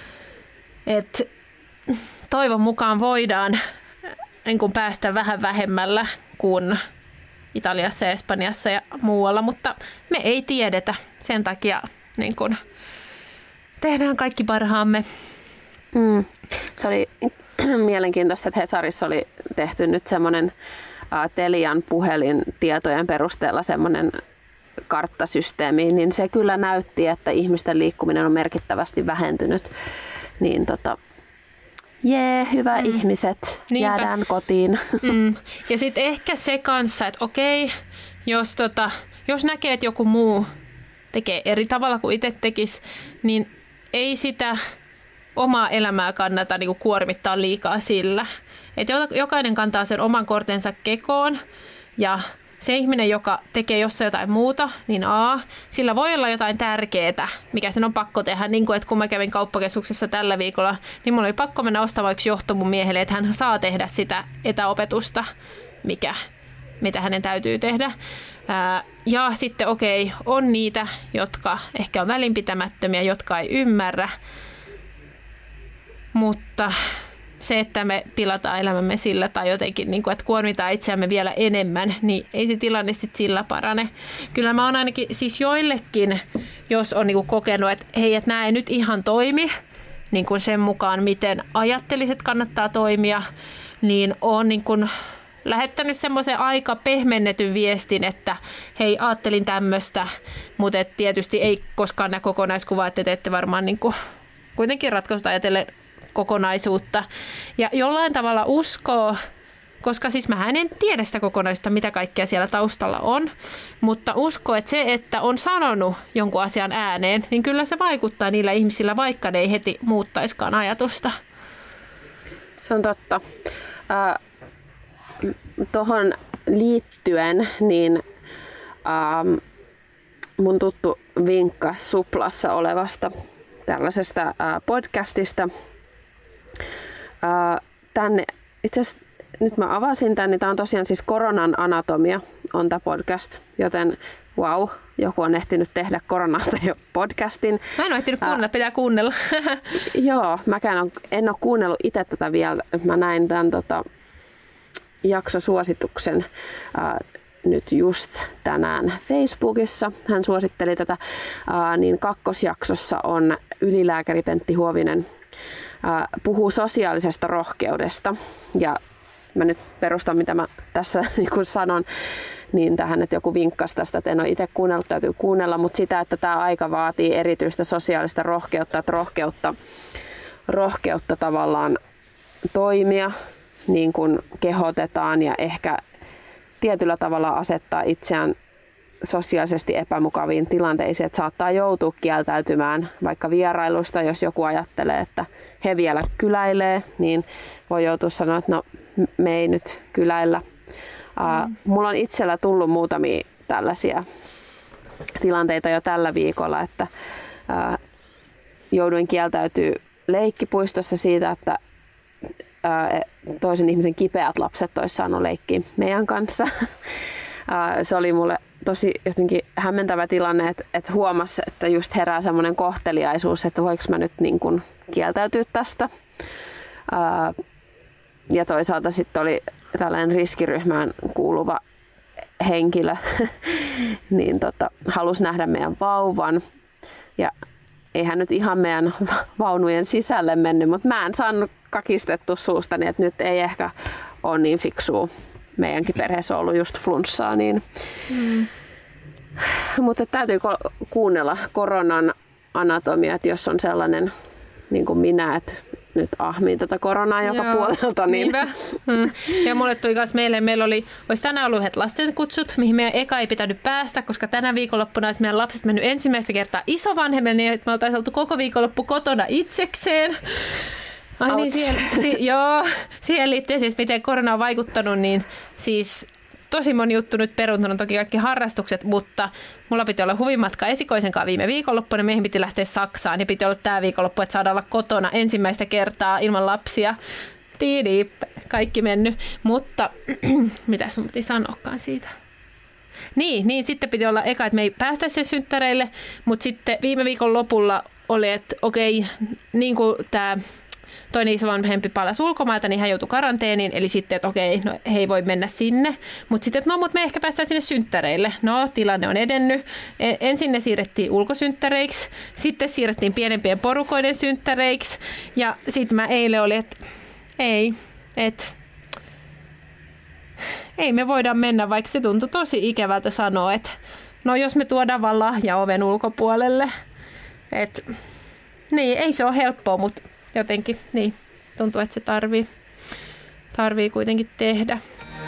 Et toivon mukaan voidaan niin kuin päästä vähän vähemmällä kuin Italiassa ja Espanjassa ja muualla, mutta me ei tiedetä. Sen takia niin kuin tehdään kaikki parhaamme. Mm. Se oli mielenkiintoista, että Hesarissa oli tehty nyt semmoinen Telian puhelintietojen perusteella semmoinen karttasysteemi, niin se kyllä näytti, että ihmisten liikkuminen on merkittävästi vähentynyt. Niin tota, jee, hyvä mm. ihmiset, Niinpä. Jäädään kotiin. Mm. Ja sitten ehkä se kanssa, että okei, jos, tota, jos näkee, että joku muu tekee eri tavalla kuin itse tekisi, niin ei sitä omaa elämää kannata niinku kuormittaa liikaa sillä. Että jokainen kantaa sen oman kortensa kekoon, ja se ihminen, joka tekee jossain jotain muuta, niin a, sillä voi olla jotain tärkeää, mikä sen on pakko tehdä. Niin kuin, että kun mä kävin kauppakeskuksessa tällä viikolla, niin mulla oli pakko mennä ostamaan yksi johto mun miehelle, että hän saa tehdä sitä etäopetusta, mikä, mitä hänen täytyy tehdä. Ää, ja sitten okei, on niitä, jotka ehkä on välinpitämättömiä, jotka ei ymmärrä, mutta se, että me pilataan elämämme sillä tai jotenkin, niin kuin, että kuormitaan itseämme vielä enemmän, niin ei se tilanne sitten sillä parane. Kyllä mä oon ainakin siis joillekin, jos on niin kuin kokenut, että hei, että nämä ei nyt ihan toimi, niin kuin sen mukaan, miten ajattelisit kannattaa toimia, niin on niin kuin lähettänyt semmoisen aika pehmennetyn viestin, että hei, ajattelin tämmöistä, mutta tietysti ei koskaan näe kokonaiskuvaa, että te ette varmaan niin kuin kuitenkin ratkaisut ajatellen kokonaisuutta. Ja jollain tavalla uskoo, koska siis mä en tiedä sitä kokonaisuutta, mitä kaikkea siellä taustalla on, mutta uskoo, että se, että on sanonut jonkun asian ääneen, niin kyllä se vaikuttaa niillä ihmisillä, vaikka ne ei heti muuttaiskaan ajatusta. se on totta. Äh, Tuohon liittyen, niin ähm, mun tuttu vinkkas Suplassa olevasta tällaisesta äh, podcastista. Äh, tänne, itse asiassa nyt mä avasin tän, niin tää on tosiaan siis Koronan anatomia on tää podcast, joten wow, joku on ehtinyt tehdä koronasta jo podcastin. Mä en ole ehtinyt kuunnella, äh, pitää kuunnella. Joo, mäkään on, en ole kuunnellut itse tätä vielä. Mä näin tämän tota, jaksosuosituksen äh, nyt just tänään Facebookissa. Hän suositteli tätä, äh, niin kakkosjaksossa on ylilääkäri Pentti Huovinen äh, puhuu sosiaalisesta rohkeudesta. Ja mä nyt perustan, mitä mä tässä niin kun sanon, niin tähän, että joku vinkkasi tästä, että en ole itse kuunnellut, täytyy kuunnella, mutta sitä, että tämä aika vaatii erityistä sosiaalista rohkeutta, että rohkeutta, rohkeutta tavallaan toimia niin kuin kehotetaan ja ehkä tietyllä tavalla asettaa itseään sosiaalisesti epämukaviin tilanteisiin, että saattaa joutua kieltäytymään vaikka vierailusta, jos joku ajattelee, että he vielä kyläilee, niin voi joutua sanoa, että no me ei nyt kyläillä. Uh, mm. Mulla on itsellä tullut muutamia tällaisia tilanteita jo tällä viikolla, että uh, jouduin kieltäytyä leikkipuistossa siitä, että uh, toisen ihmisen kipeät lapset olisi saanut leikkiä meidän kanssa. uh, se oli mulle tosi jotenkin hämmentävä tilanne, että, että huomasi, että just herää semmoinen kohteliaisuus, että voiko mä nyt niin kuin kieltäytyä tästä. Uh, ja toisaalta sitten oli tällainen riskiryhmään kuuluva henkilö, niin tota, halusi nähdä meidän vauvan. Ja eihän nyt ihan meidän vaunujen sisälle mennyt, mutta mä en saanut kakistettu suustani, että nyt ei ehkä ole niin fiksua. Meidänkin perheessä on ollut just flunssaa. Niin. Mm. Mutta täytyy kuunnella koronan anatomia, että jos on sellainen niin kuin minä, että nyt ahmiin tätä koronaa joka Joo, puolelta. Niin. Mm. Ja mulle tuli myös meille, meillä oli, olisi tänään ollut yhdet lastenkutsut, mihin meidän eka ei pitänyt päästä, koska tänä viikonloppuna olisi meidän lapset mennyt ensimmäistä kertaa isovanhemmille, niin että me oltaisiin oltu koko viikonloppu kotona itsekseen. Ai niin, siihen, si, joo, siihen liittyen siis, miten korona on vaikuttanut, niin siis tosi moni juttu nyt peruuntunut, toki kaikki harrastukset, mutta mulla piti olla huvimatka esikoisen kanssa viime viikonloppuna, meidän piti lähteä Saksaan ja piti olla tämä viikonloppu, että saadaan olla kotona ensimmäistä kertaa ilman lapsia. Tiidi, kaikki mennyt, mutta mitä sun piti sanoakaan siitä? Niin, niin, sitten piti olla eka, että me ei päästä sen synttäreille, mutta sitten viime viikon lopulla oli, että okei, niin kuin tämä toinen isovanhempi palasi ulkomailta, niin hän joutui karanteeniin, eli sitten, että okei, no he ei voi mennä sinne. Mutta sitten, että no, mutta me ehkä päästään sinne synttäreille. No, tilanne on edennyt. Ensin ne siirrettiin ulkosynttäreiksi, sitten siirrettiin pienempien porukoiden synttäreiksi, ja sitten mä eilen oli, että ei, että ei me voida mennä, vaikka se tuntui tosi ikävältä sanoa, että no jos me tuodaan vaan lahja oven ulkopuolelle, että niin, ei se ole helppoa, mutta jotenkin niin, tuntuu, että se tarvii, tarvii kuitenkin tehdä.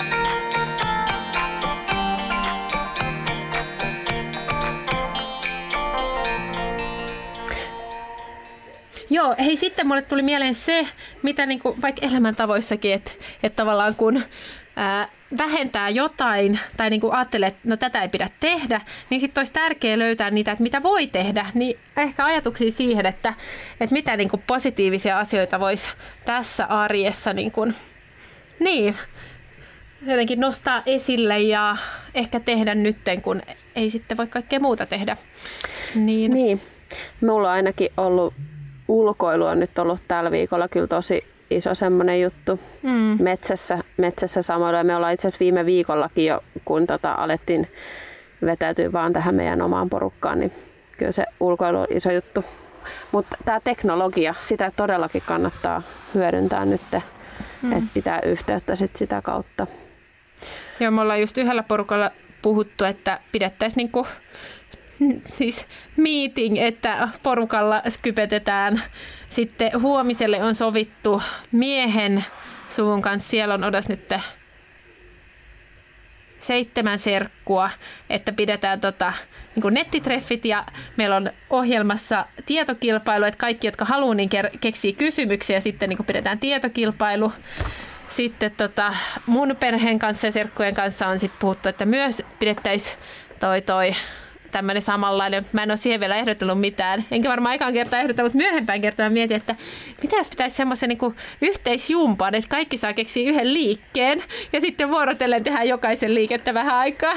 Joo, hei sitten mulle tuli mieleen se, mitä niinku, vaikka elämäntavoissakin, että, että tavallaan kun ää, vähentää jotain tai niinku ajattelee, että no tätä ei pidä tehdä, niin sitten olisi tärkeää löytää niitä, että mitä voi tehdä. Niin ehkä ajatuksia siihen, että, että mitä niinku positiivisia asioita voisi tässä arjessa niinku, niin, jotenkin nostaa esille ja ehkä tehdä nytten, kun ei sitten voi kaikkea muuta tehdä. Niin. Niin. Mulla on ainakin ollut ulkoilu on nyt ollut tällä viikolla kyllä tosi iso semmoinen juttu. Mm. Metsässä, metsässä samoilla. Me ollaan itse asiassa viime viikollakin jo, kun tota, alettiin vetäytyä vaan tähän meidän omaan porukkaan, niin kyllä se ulkoilu on iso juttu. Mutta tämä teknologia, sitä todellakin kannattaa hyödyntää nyt, mm. että pitää yhteyttä sit sitä kautta. Joo, me ollaan just yhdellä porukalla puhuttu, että pidettäisiin niinku siis meeting, että porukalla skypetetään. Sitten huomiselle on sovittu miehen suvun kanssa. Siellä on odas nyt seitsemän serkkua, että pidetään tota, niin kuin nettitreffit ja meillä on ohjelmassa tietokilpailu, että kaikki, jotka haluaa, niin keksii kysymyksiä ja sitten niin kuin pidetään tietokilpailu. Sitten tota, mun perheen kanssa ja serkkujen kanssa on sit puhuttu, että myös pidettäisiin toi toi tämmöinen samanlainen. Mä en ole siihen vielä ehdotellut mitään. Enkä varmaan aikaan kertaa ehdotella, mutta myöhempään kertaa mietin, että mitä jos pitäisi semmoisen niin kuin yhteisjumpan, että kaikki saa keksiä yhden liikkeen ja sitten vuorotellen tehdään jokaisen liikettä vähän aikaa.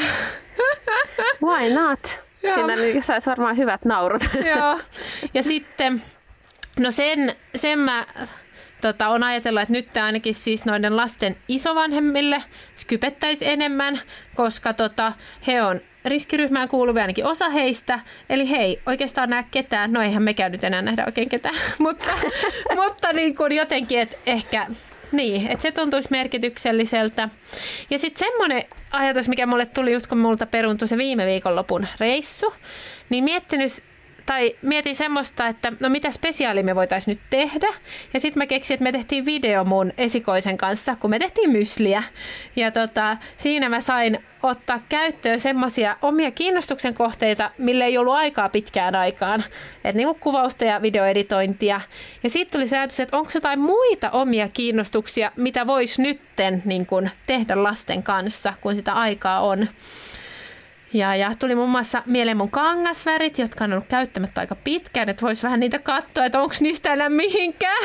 Why not? Siinä niin saisi varmaan hyvät naurut. Joo. Ja sitten, no sen, sen mä tota, on ajatellut, että nyt ainakin siis noiden lasten isovanhemmille skypettäisiin enemmän, koska tota, he on riskiryhmään kuuluvia ainakin osa heistä. Eli hei, oikeastaan näe ketään. No eihän mekään nyt enää nähdä oikein ketään, mutta, mutta niin kuin jotenkin, että ehkä niin, että se tuntuisi merkitykselliseltä. Ja sitten semmoinen ajatus, mikä mulle tuli just kun multa peruuntui se viime viikonlopun reissu, niin miettinyt tai mietin semmoista, että no mitä spesiaalia me voitaisiin nyt tehdä. Ja sitten mä keksin, että me tehtiin video mun esikoisen kanssa, kun me tehtiin mysliä. Ja tota, siinä mä sain ottaa käyttöön semmoisia omia kiinnostuksen kohteita, mille ei ollut aikaa pitkään aikaan. Että niin kuin kuvausta ja videoeditointia. Ja siitä tuli se ajatus, että onko jotain muita omia kiinnostuksia, mitä voisi nytten niin kuin tehdä lasten kanssa, kun sitä aikaa on. Ja, ja tuli muun muassa mieleen mun kangasvärit, jotka on ollut käyttämättä aika pitkään, että vois vähän niitä katsoa, että onko niistä enää mihinkään.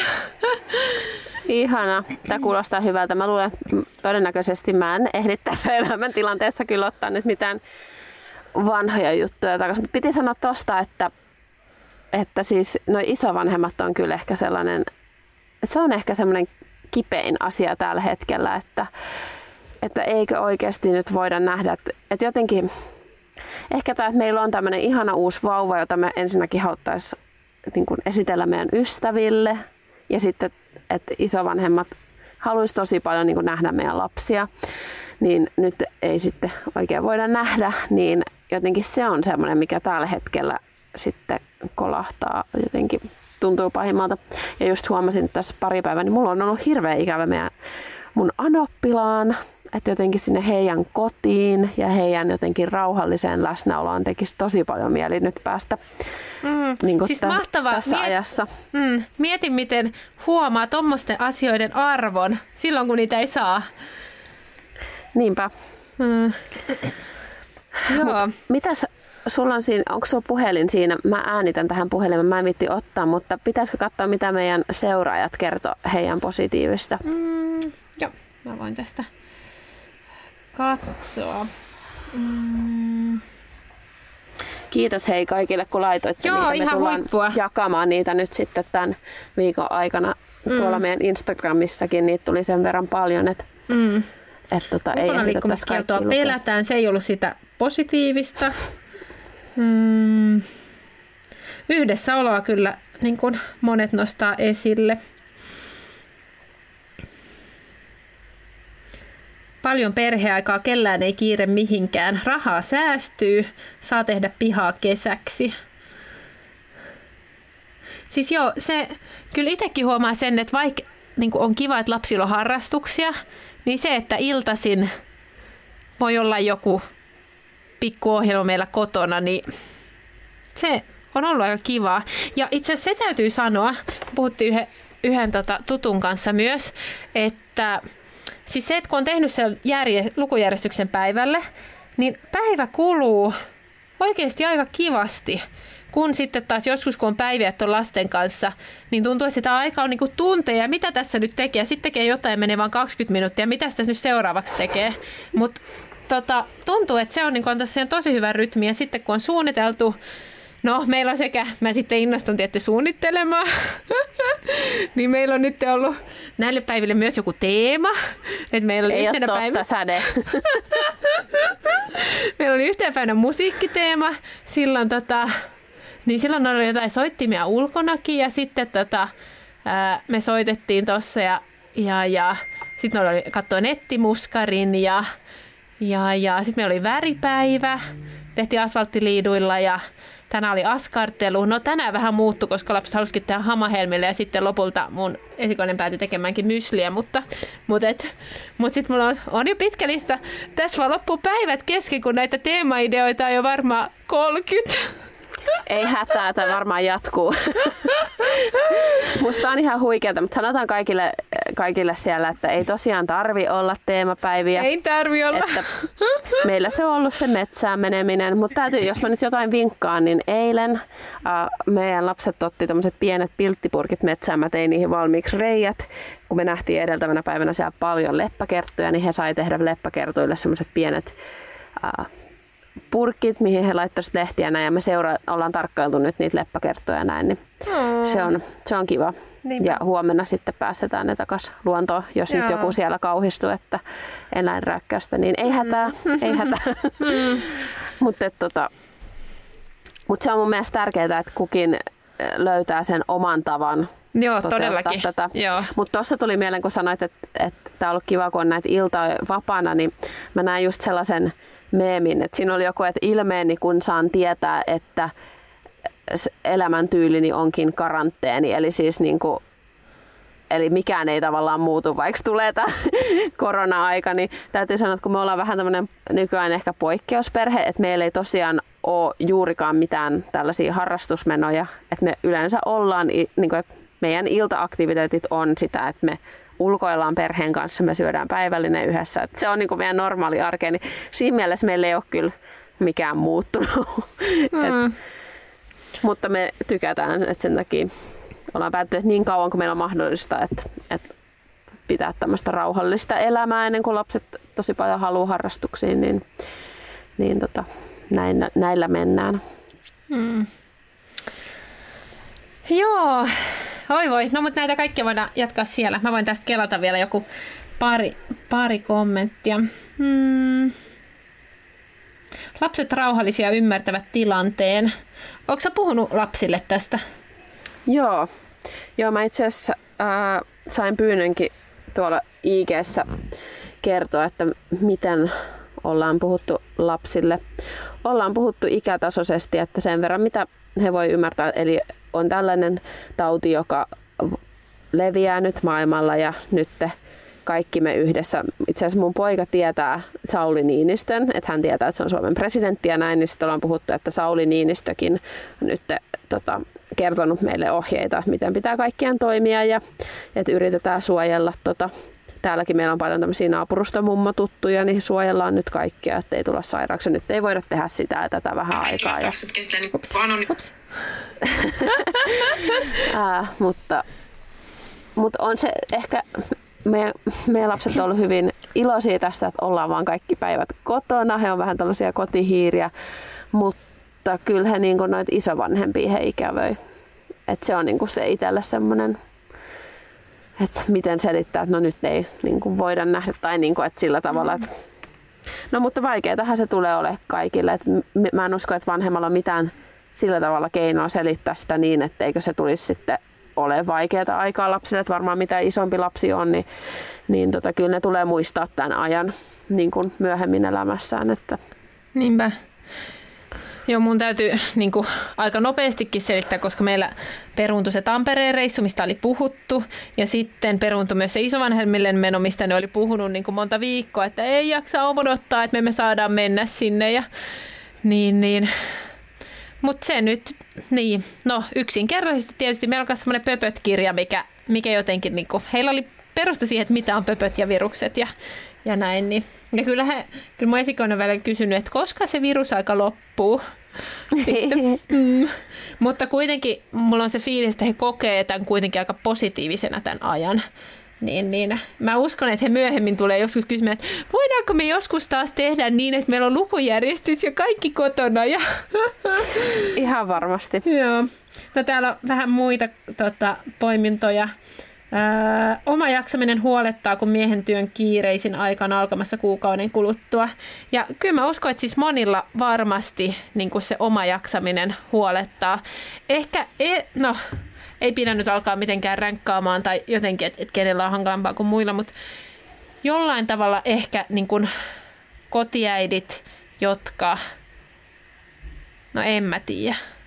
Ihana. Tämä kuulostaa hyvältä. Mä luulen, että todennäköisesti mä en ehdi tässä elämäntilanteessa kyllä ottaa nyt mitään vanhoja juttuja takaisin. Piti sanoa tosta, että, että siis noi isovanhemmat on kyllä ehkä sellainen, se on ehkä semmoinen kipein asia tällä hetkellä, että, että eikö oikeasti nyt voida nähdä, että, että jotenkin ehkä tämä, että meillä on tämmöinen ihana uusi vauva, jota me ensinnäkin haluttaisiin niin kuin esitellä meidän ystäville. Ja sitten, että isovanhemmat haluaisi tosi paljon niin kuin nähdä meidän lapsia. Niin nyt ei sitten oikein voida nähdä. Niin jotenkin se on semmoinen, mikä tällä hetkellä sitten kolahtaa jotenkin. Tuntuu pahimmalta. Ja just huomasin tässä pari päivää, niin mulla on ollut hirveä ikävä meidän mun anoppilaan. Että jotenkin sinne heidän kotiin ja heidän jotenkin rauhalliseen läsnäoloon tekisi tosi paljon mieli nyt päästä mm. niin siis tämän, mahtavaa. tässä Miet- ajassa. Mm. Mietin, miten huomaa tuommoisten asioiden arvon silloin, kun niitä ei saa. Niinpä. Mm. Joo. Mitäs sulla on siinä, onko sulla puhelin siinä? Mä äänitän tähän puhelimeen, mä en viitti ottaa, mutta pitäisikö katsoa, mitä meidän seuraajat kertoo heidän positiivista? Mm. Joo, mä voin tästä katsoa. Mm. Kiitos hei kaikille, kun laitoitte Joo, niitä. Me ihan tullaan huippua. jakamaan niitä nyt sitten tämän viikon aikana. Mm. Tuolla meidän Instagramissakin niitä tuli sen verran paljon, että mm. et tota, ei Ulkonaliikkumiskieltoa pelätään, se ei ollut sitä positiivista. Mm. Yhdessäoloa kyllä niin kuin monet nostaa esille. Paljon perheaikaa, kellään ei kiire mihinkään. Rahaa säästyy, saa tehdä pihaa kesäksi. Siis joo, se kyllä itsekin huomaa sen, että vaikka niin on kiva, että lapsilla on harrastuksia, niin se, että iltaisin voi olla joku pikkuohjelma meillä kotona, niin se on ollut aika kivaa. Ja itse asiassa se täytyy sanoa, puhuttiin yhden, yhden tota, tutun kanssa myös, että siis se, että kun on tehnyt sen järje, lukujärjestyksen päivälle, niin päivä kuluu oikeasti aika kivasti. Kun sitten taas joskus, kun on päiviä on lasten kanssa, niin tuntuu, että sitä aikaa on niin kuin tunteja. Mitä tässä nyt tekee? Sitten tekee jotain, menee vain kaksikymmentä minuuttia. Mitä tässä nyt seuraavaksi tekee? Mutta tota, tuntuu, että se on, niin kuin, on tosi hyvä rytmi. Ja sitten kun on suunniteltu, no meillä on sekä, mä sitten innostun tietty suunnittelemaan, niin meillä on nyt ollut näille päiville myös joku teema. Että meillä oli ei yhtenä ole päivänä säde. Meillä oli yhtenä päivänä musiikkiteema. Silloin, tota, niin silloin oli jotain soittimia ulkonakin ja sitten tota, ää, me soitettiin tossa ja, ja, ja sitten oli katsoa nettimuskarin ja, ja, ja sitten meillä oli väripäivä. Tehtiin asfalttiliiduilla ja tänään oli askartelu. No tänään vähän muuttui, koska lapset halusikin tehdä hamahelmille ja sitten lopulta mun esikoinen päätyi tekemäänkin mysliä, mutta, mutta, mutta sitten mulla on, on jo pitkä lista. Tässä vaan loppuu päivät kesken, kun näitä teemaideoita on jo varmaan kolmekymmentä. Ei hätää, tämä varmaan jatkuu. Musta on ihan huikeata, mutta sanotaan kaikille, kaikille siellä, että ei tosiaan tarvi olla teemapäiviä. Ei tarvi olla. Että meillä se on ollut se metsään meneminen, mutta täytyy, jos mä nyt jotain vinkkaan, niin eilen uh, meidän lapset otti tämmöiset pienet pilttipurkit metsään. Mä tein niihin valmiiksi reijät. Kun me nähtiin edeltävänä päivänä siellä paljon leppäkerttuja, niin he sai tehdä leppäkertuille semmoiset pienet uh, purkit, mihin he laittoivat lehtiä näin, ja me seura- ollaan tarkkailtu nyt niitä leppäkerttoja näin, niin mm. se, on, se on kiva. Niinpä. Ja huomenna sitten päästetään ne takaisin luontoon, jos Joo. nyt joku siellä kauhistuu, että eläinrääkkäystä, niin ei hätää, mm. ei hätää. Mm. Mutta tota, mut se on mun mielestä tärkeää, että kukin löytää sen oman tavan. Joo, todellakin. Mutta tuossa tuli mieleen, kun sanoit, että tämä on ollut kiva, kun on näitä iltoja vapaana, niin mä näin just sellaisen meemin, että siinä oli joku, että ilmeeni kun saan tietää, että elämäntyylini onkin karanteeni, eli siis niin kuin, eli mikään ei tavallaan muutu, vaikka tulee tämä korona-aika, niin täytyy sanoa, että kun me ollaan vähän tämmöinen nykyään ehkä poikkeusperhe, että meillä ei tosiaan ole juurikaan mitään tällaisia harrastusmenoja, että me yleensä ollaan, niin kuin, että meidän iltaaktiviteetit on sitä, että me ulkoillaan perheen kanssa, me syödään päivällinen yhdessä. Et se on niin kuin meidän normaali arkea, niin siinä mielessä meillä ei ole kyllä mikään muuttunut. Mm. Et, mutta me tykätään, että sen takia ollaan päättynyt niin kauan kuin meillä on mahdollista, että, että pitää tämmöistä rauhallista elämää ennen kuin lapset tosi paljon haluaa harrastuksiin, niin, niin tota, näin, näillä mennään. Mm. Joo. Oi voi, no mutta näitä kaikkia voidaan jatkaa siellä. Mä voin tästä kelata vielä joku pari, pari kommenttia. Hmm. Lapset rauhallisia ymmärtävät tilanteen. Ootko sä puhunut lapsille tästä? Joo. Joo, mä itse asiassa äh, sain pyynnönkin tuolla I G:ssä kertoa, että miten ollaan puhuttu lapsille. Ollaan puhuttu ikätasoisesti, että sen verran mitä he voi ymmärtää. Eli on tällainen tauti, joka leviää nyt maailmalla ja nyt kaikki me yhdessä. Itse asiassa mun poika tietää Sauli Niinistön, että hän tietää, että se on Suomen presidentti ja näin, niin sitten ollaan puhuttu, että Sauli Niinistökin on nyt tota, kertonut meille ohjeita, miten pitää kaikkien toimia ja että yritetään suojella. Tota, täälläkin meillä on paljon tämmöisiä naapurustomummo-tuttuja, niin suojellaan nyt kaikkia, ettei tulla sairaaksi. Nyt ei voida tehdä sitä ja tätä vähän aikaa. Ja... Ups. Ups. äh, mutta, mutta on se ehkä, meidän, meidän lapset on ollut hyvin iloisia tästä, että ollaan vaan kaikki päivät kotona. He on vähän tällaisia kotihiiriä, mutta kyllä he niin kuin noita isovanhempia he ikävöi. Että se on niin kuin se itselle semmoinen, että miten selittää, että no nyt ei niin kuin voida nähdä tai niin kuin, että sillä tavalla, että no mutta vaikeatahan se tulee olemaan kaikille. Että mä en usko, että vanhemmalla on mitään sillä tavalla keinoa selittää sitä niin, etteikö se tulisi sitten ole vaikeaa aikaa lapsille, että varmaan mitä isompi lapsi on, niin, niin tota, kyllä ne tulee muistaa tämän ajan niin kuin myöhemmin elämässään. Että... Niinpä. Joo, mun täytyy niin kuin, aika nopeastikin selittää, koska meillä peruuntui se Tampereen reissu, mistä oli puhuttu, ja sitten peruuntui myös se isovanhemmille meno, mistä ne oli puhunut niin kuin monta viikkoa, että ei jaksa odottaa, että me me saadaan mennä sinne. Ja, niin, niin. Mutta se nyt, niin, no yksinkertaisesti tietysti meillä on myös semmoinen pöpöt-kirja, mikä, mikä jotenkin, niin kuin, heillä oli perusta siihen, että mitä on pöpöt ja virukset ja, ja näin. Niin. Ja kyllä, he, kyllä mun esikoinen on välillä kysynyt, että koska se virusaika loppuu. Sitten, mm. Mutta kuitenkin mulla on se fiilis, että he kokee tämän kuitenkin aika positiivisena tämän ajan. Niin, niin. Mä uskon, että he myöhemmin tulee joskus kysymään, että voidaanko me joskus taas tehdä niin, että meillä on lukujärjestys ja kaikki kotona. Ja... Ihan varmasti. Joo. No täällä on vähän muita tota, poimintoja. Öö, oma jaksaminen huolettaa, kun miehen työn kiireisin aikana alkamassa kuukauden kuluttua. Ja kyllä mä uskon, että siis monilla varmasti niin kuin se oma jaksaminen huolettaa. Ehkä, e, no... Ei pidä nyt alkaa mitenkään ränkkaamaan tai jotenkin, että et kenellä on hankalampaa kuin muilla, mutta jollain tavalla ehkä niin kuin kotiäidit, jotka, no en mä tiedä,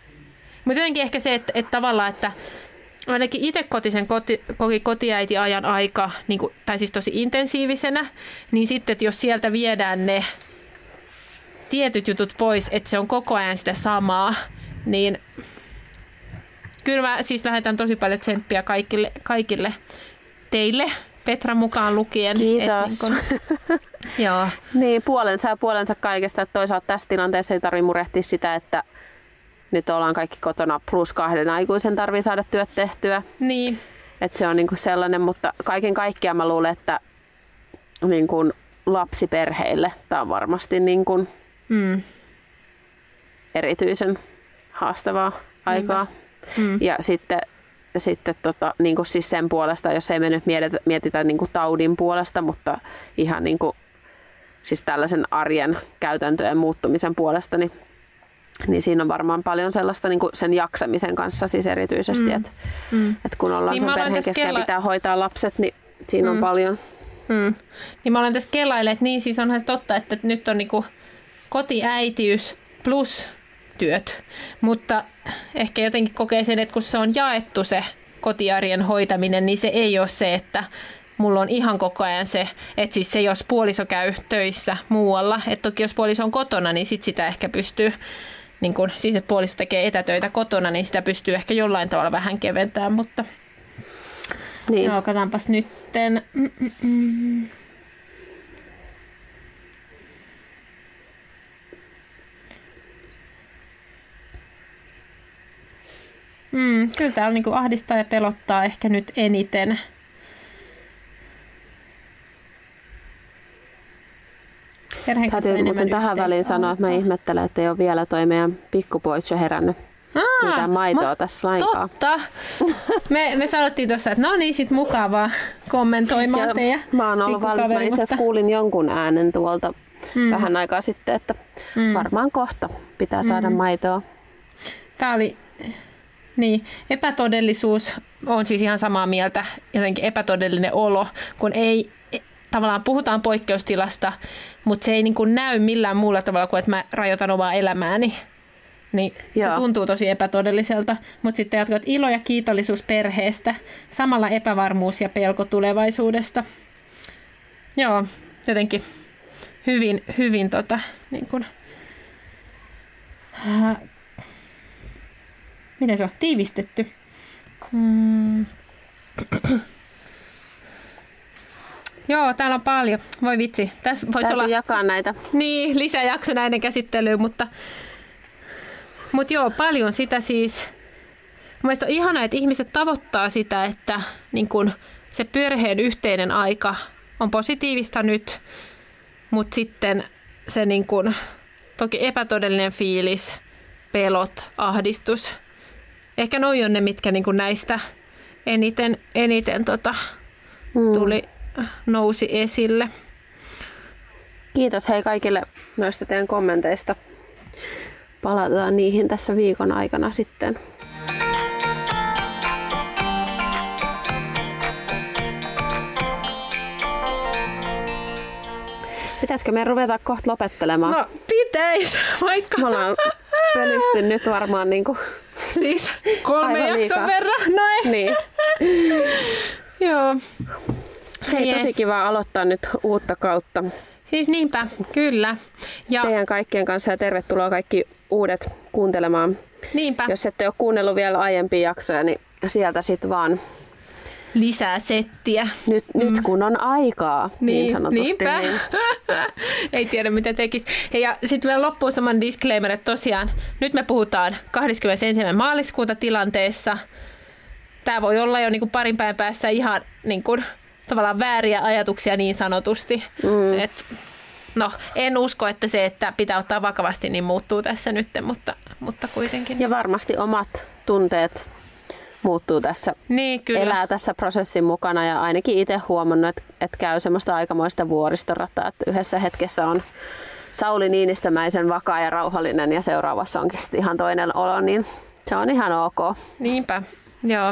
Mutta jotenkin ehkä se, että, että tavallaan, että ainakin itse kotisen koti, koki kotiäitiajan aika, niin kuin, tai siis tosi intensiivisenä, niin sitten, että jos sieltä viedään ne tietyt jutut pois, että se on koko ajan sitä samaa, niin kyllä mä siis lähetän tosi paljon tsemppiä kaikille, kaikille teille, Petra mukaan lukien. Kiitos. Et, niin, kun, joo. Niin, puolensa ja puolensa kaikesta. Että toisaalta tässä tilanteessa ei tarvitse murehtia sitä, että nyt ollaan kaikki kotona plus kahden aikuisen tarvii saada työt tehtyä. Niin. Että se on niinku sellainen, mutta kaiken kaikkiaan mä luulen, että niinku lapsiperheille tämä on varmasti niinku mm. erityisen haastavaa aikaa. Mm. Ja sitten, sitten tota, niinku siis sen puolesta, jos ei me nyt mietitä, mietitä niinku taudin puolesta, mutta ihan niinku, siis tällaisen arjen käytäntöjen muuttumisen puolesta, niin niin siinä on varmaan paljon sellaista niin kuin sen jaksamisen kanssa siis erityisesti, mm. että mm. et kun ollaan niin sen perheen kesken kela... pitää hoitaa lapset, niin siinä mm. on paljon. Mm. Niin mä olen tässä kelaille, että niin siis onhan se totta, että nyt on niin kuin kotiäitiys plus työt, mutta ehkä jotenkin kokee sen, että kun se on jaettu se kotiarjen hoitaminen, niin se ei ole se, että mulla on ihan koko ajan se, että siis se jos puoliso käy töissä muualla, että toki jos puoliso on kotona, niin sit sitä ehkä pystyy niin kun, siis että puoliso tekee etätöitä kotona, niin sitä pystyy ehkä jollain tavalla vähän keventämään, mutta niin. Joo, katsotaanpas nytten. Mm-mm. Mm, kyllä täällä niin kuin ahdistaa ja pelottaa ehkä nyt eniten. Täytyy muuten tähän väliin sanoa, että mä ihmettelen, että ei ole vielä toi meidän pikkupoitso herännyt. Aa, maitoa ma- tässä lainkaan. Totta. Me, me sanottiin tuossa, että no niin, sit mukavaa kommentoimaan ja teidän mä oon ollut valmis. Mä itse asiassa kuulin jonkun äänen tuolta mm. vähän aikaa sitten, että mm. varmaan kohta pitää saada mm. maitoa. Tää oli, niin, epätodellisuus on siis ihan samaa mieltä, jotenkin epätodellinen olo, kun ei tavallaan puhutaan poikkeustilasta, mutta se ei niin kuin näy millään muulla tavalla kuin, että mä rajoitan omaa elämääni. Niin se tuntuu tosi epätodelliselta. Mutta sitten jatkat ilo ja kiitollisuus perheestä, samalla epävarmuus ja pelko tulevaisuudesta. Joo, jotenkin hyvin, hyvin tota, niin kuin, äh, miten se on, tiivistetty. Mm. Joo, täällä on paljon. Voi vitsi. Tässä voisi olla jakaa näitä. Niin, lisäjakso näiden käsittelyyn, mutta, mutta joo, paljon sitä siis. Mielestäni on ihanaa, että ihmiset tavoittaa sitä, että niin kun se perheen yhteinen aika on positiivista nyt, mutta sitten se niin kun, toki epätodellinen fiilis, pelot, ahdistus. Ehkä noi on ne, mitkä niin kun näistä eniten, eniten tota, tuli mm. nousi esille. Kiitos hei kaikille noista teidän kommenteista. Palataan niihin tässä viikon aikana sitten. Pitäisikö me ruveta kohta lopettelemaan? No pitäis, vaikka. Me ollaan pölisty nyt varmaan niinku siis kolme jakson verran, no ei. Niin. Joo. Hei, tosi kiva aloittaa nyt uutta kautta. Siis niinpä, kyllä. Ja teidän kaikkien kanssa ja tervetuloa kaikki uudet kuuntelemaan. Niinpä. Jos ette ole kuunnellut vielä aiempia jaksoja, niin sieltä sitten vaan lisää settiä. Nyt, mm. nyt kun on aikaa, niin, niin sanotusti. Niinpä. Niin. Ei tiedä mitä tekisi. Ja sitten vielä loppuun saman disclaimer, että tosiaan nyt me puhutaan kahdeskymmenesensimmäinen maaliskuuta tilanteessa. Tämä voi olla jo niin kuin parin päivän päässä ihan niin kuin tavallaan vääriä ajatuksia niin sanotusti. Mm. Et, no, en usko, että se, että pitää ottaa vakavasti, niin muuttuu tässä nyt, mutta, mutta kuitenkin. Ja varmasti omat tunteet muuttuu tässä, niin, kyllä. Elää tässä prosessin mukana ja ainakin itse huomannut, että, että käy semmoista aikamoista vuoristorataa, että yhdessä hetkessä on Sauli Niinistömäisen vakaa ja rauhallinen ja seuraavassa onkin ihan toinen olo, niin se on ihan ok. Niinpä, joo.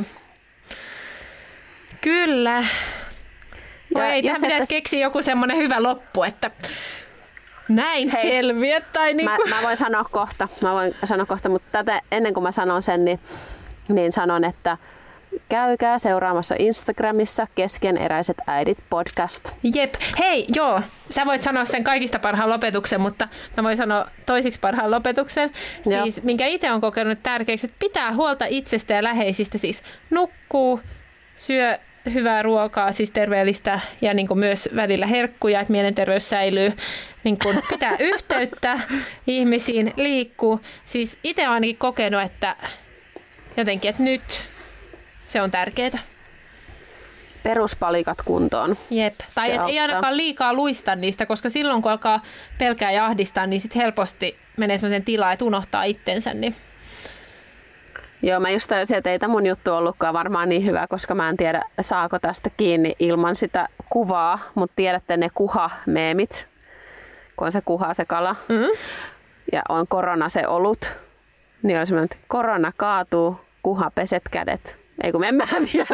Kyllä. Ja, ei, tähän pitäisi keksiä joku semmoinen hyvä loppu, että näin Hei, selviä. Tai niin kuin... mä, mä voin sanoa kohta, mä voin sanoa kohta, mutta tätä, ennen kuin mä sanon sen, niin, niin sanon, että käykää seuraamassa Instagramissa Keskeneräiset äidit podcast. Jep. Hei, joo. Sä voit sanoa sen kaikista parhaan lopetuksen, mutta mä voin sanoa toisiksi parhaan lopetuksen. Siis, minkä itse on kokenut tärkeäksi, että pitää huolta itsestä ja läheisistä. Siis nukkuu, syö hyvää ruokaa, siis terveellistä ja niin kuin myös välillä herkkuja, että mielenterveys säilyy. Niin kuin pitää yhteyttä ihmisiin, liikkuu. Siis itse olen ainakin kokenut, että jotenkin, että nyt se on tärkeää. Peruspalikat kuntoon. Jep. Tai et ei ainakaan liikaa luista niistä, koska silloin kun alkaa pelkää ja ahdistaa, niin sit helposti menee sellaisen tilaan, että unohtaa itsensä. Niin... Joo, mä just tajusin, että ei tämä mun juttu ollutkaan varmaan niin hyvä, koska mä en tiedä, saako tästä kiinni ilman sitä kuvaa, mutta tiedätte ne kuha-meemit, kun on se kuha, se kala, mm-hmm. ja on korona se olut, niin on semmoinen, että korona kaatuu, kuha peset kädet. Ei kun en mä tiedä.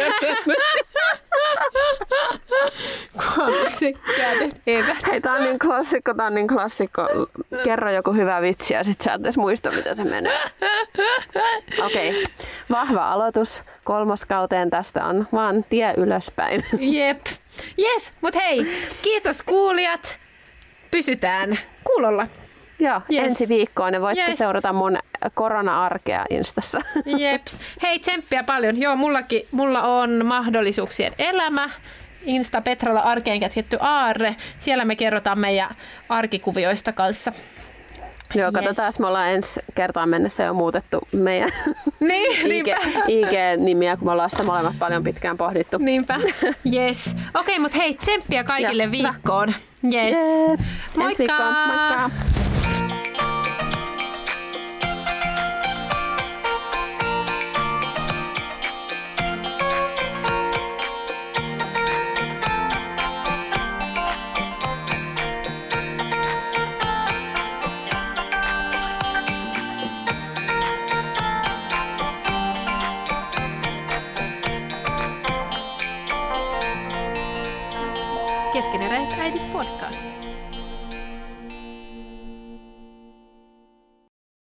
Kuha peset kädet, evät. Hei, tää on niin klassikko, tää on niin klassikko. Kerro joku hyvä vitsi ja sit sä et edes muista, miten se menee. Okei, okay. Vahva aloitus kolmoskauteen. Tästä on vaan tie ylöspäin. Jep. Jes, mut hei, kiitos kuulijat. Pysytään kuulolla. Joo, yes. Ensi viikkoon ne voitte yes. seurata mun korona-arkea Instassa. Jeps. Hei, tsemppiä paljon. Joo, mullakin, mulla on mahdollisuuksien elämä. Insta Petralla arkeen kätketty aarre. Siellä me kerrotaan meidän arkikuvioista kanssa. Joo, yes. Katsotaan, me ollaan ensi kertaan mennessä jo muutettu meidän niin, I G-nimiä, kun me ollaan sitä molemmat paljon pitkään pohdittu. Niinpä, yes. Okei, okay, mutta hei, tsemppiä kaikille ja, viikkoon. Yes. Yeah. Moikka! Ensi viikkoon. Moikka! Keskeneräiset äidit podcast.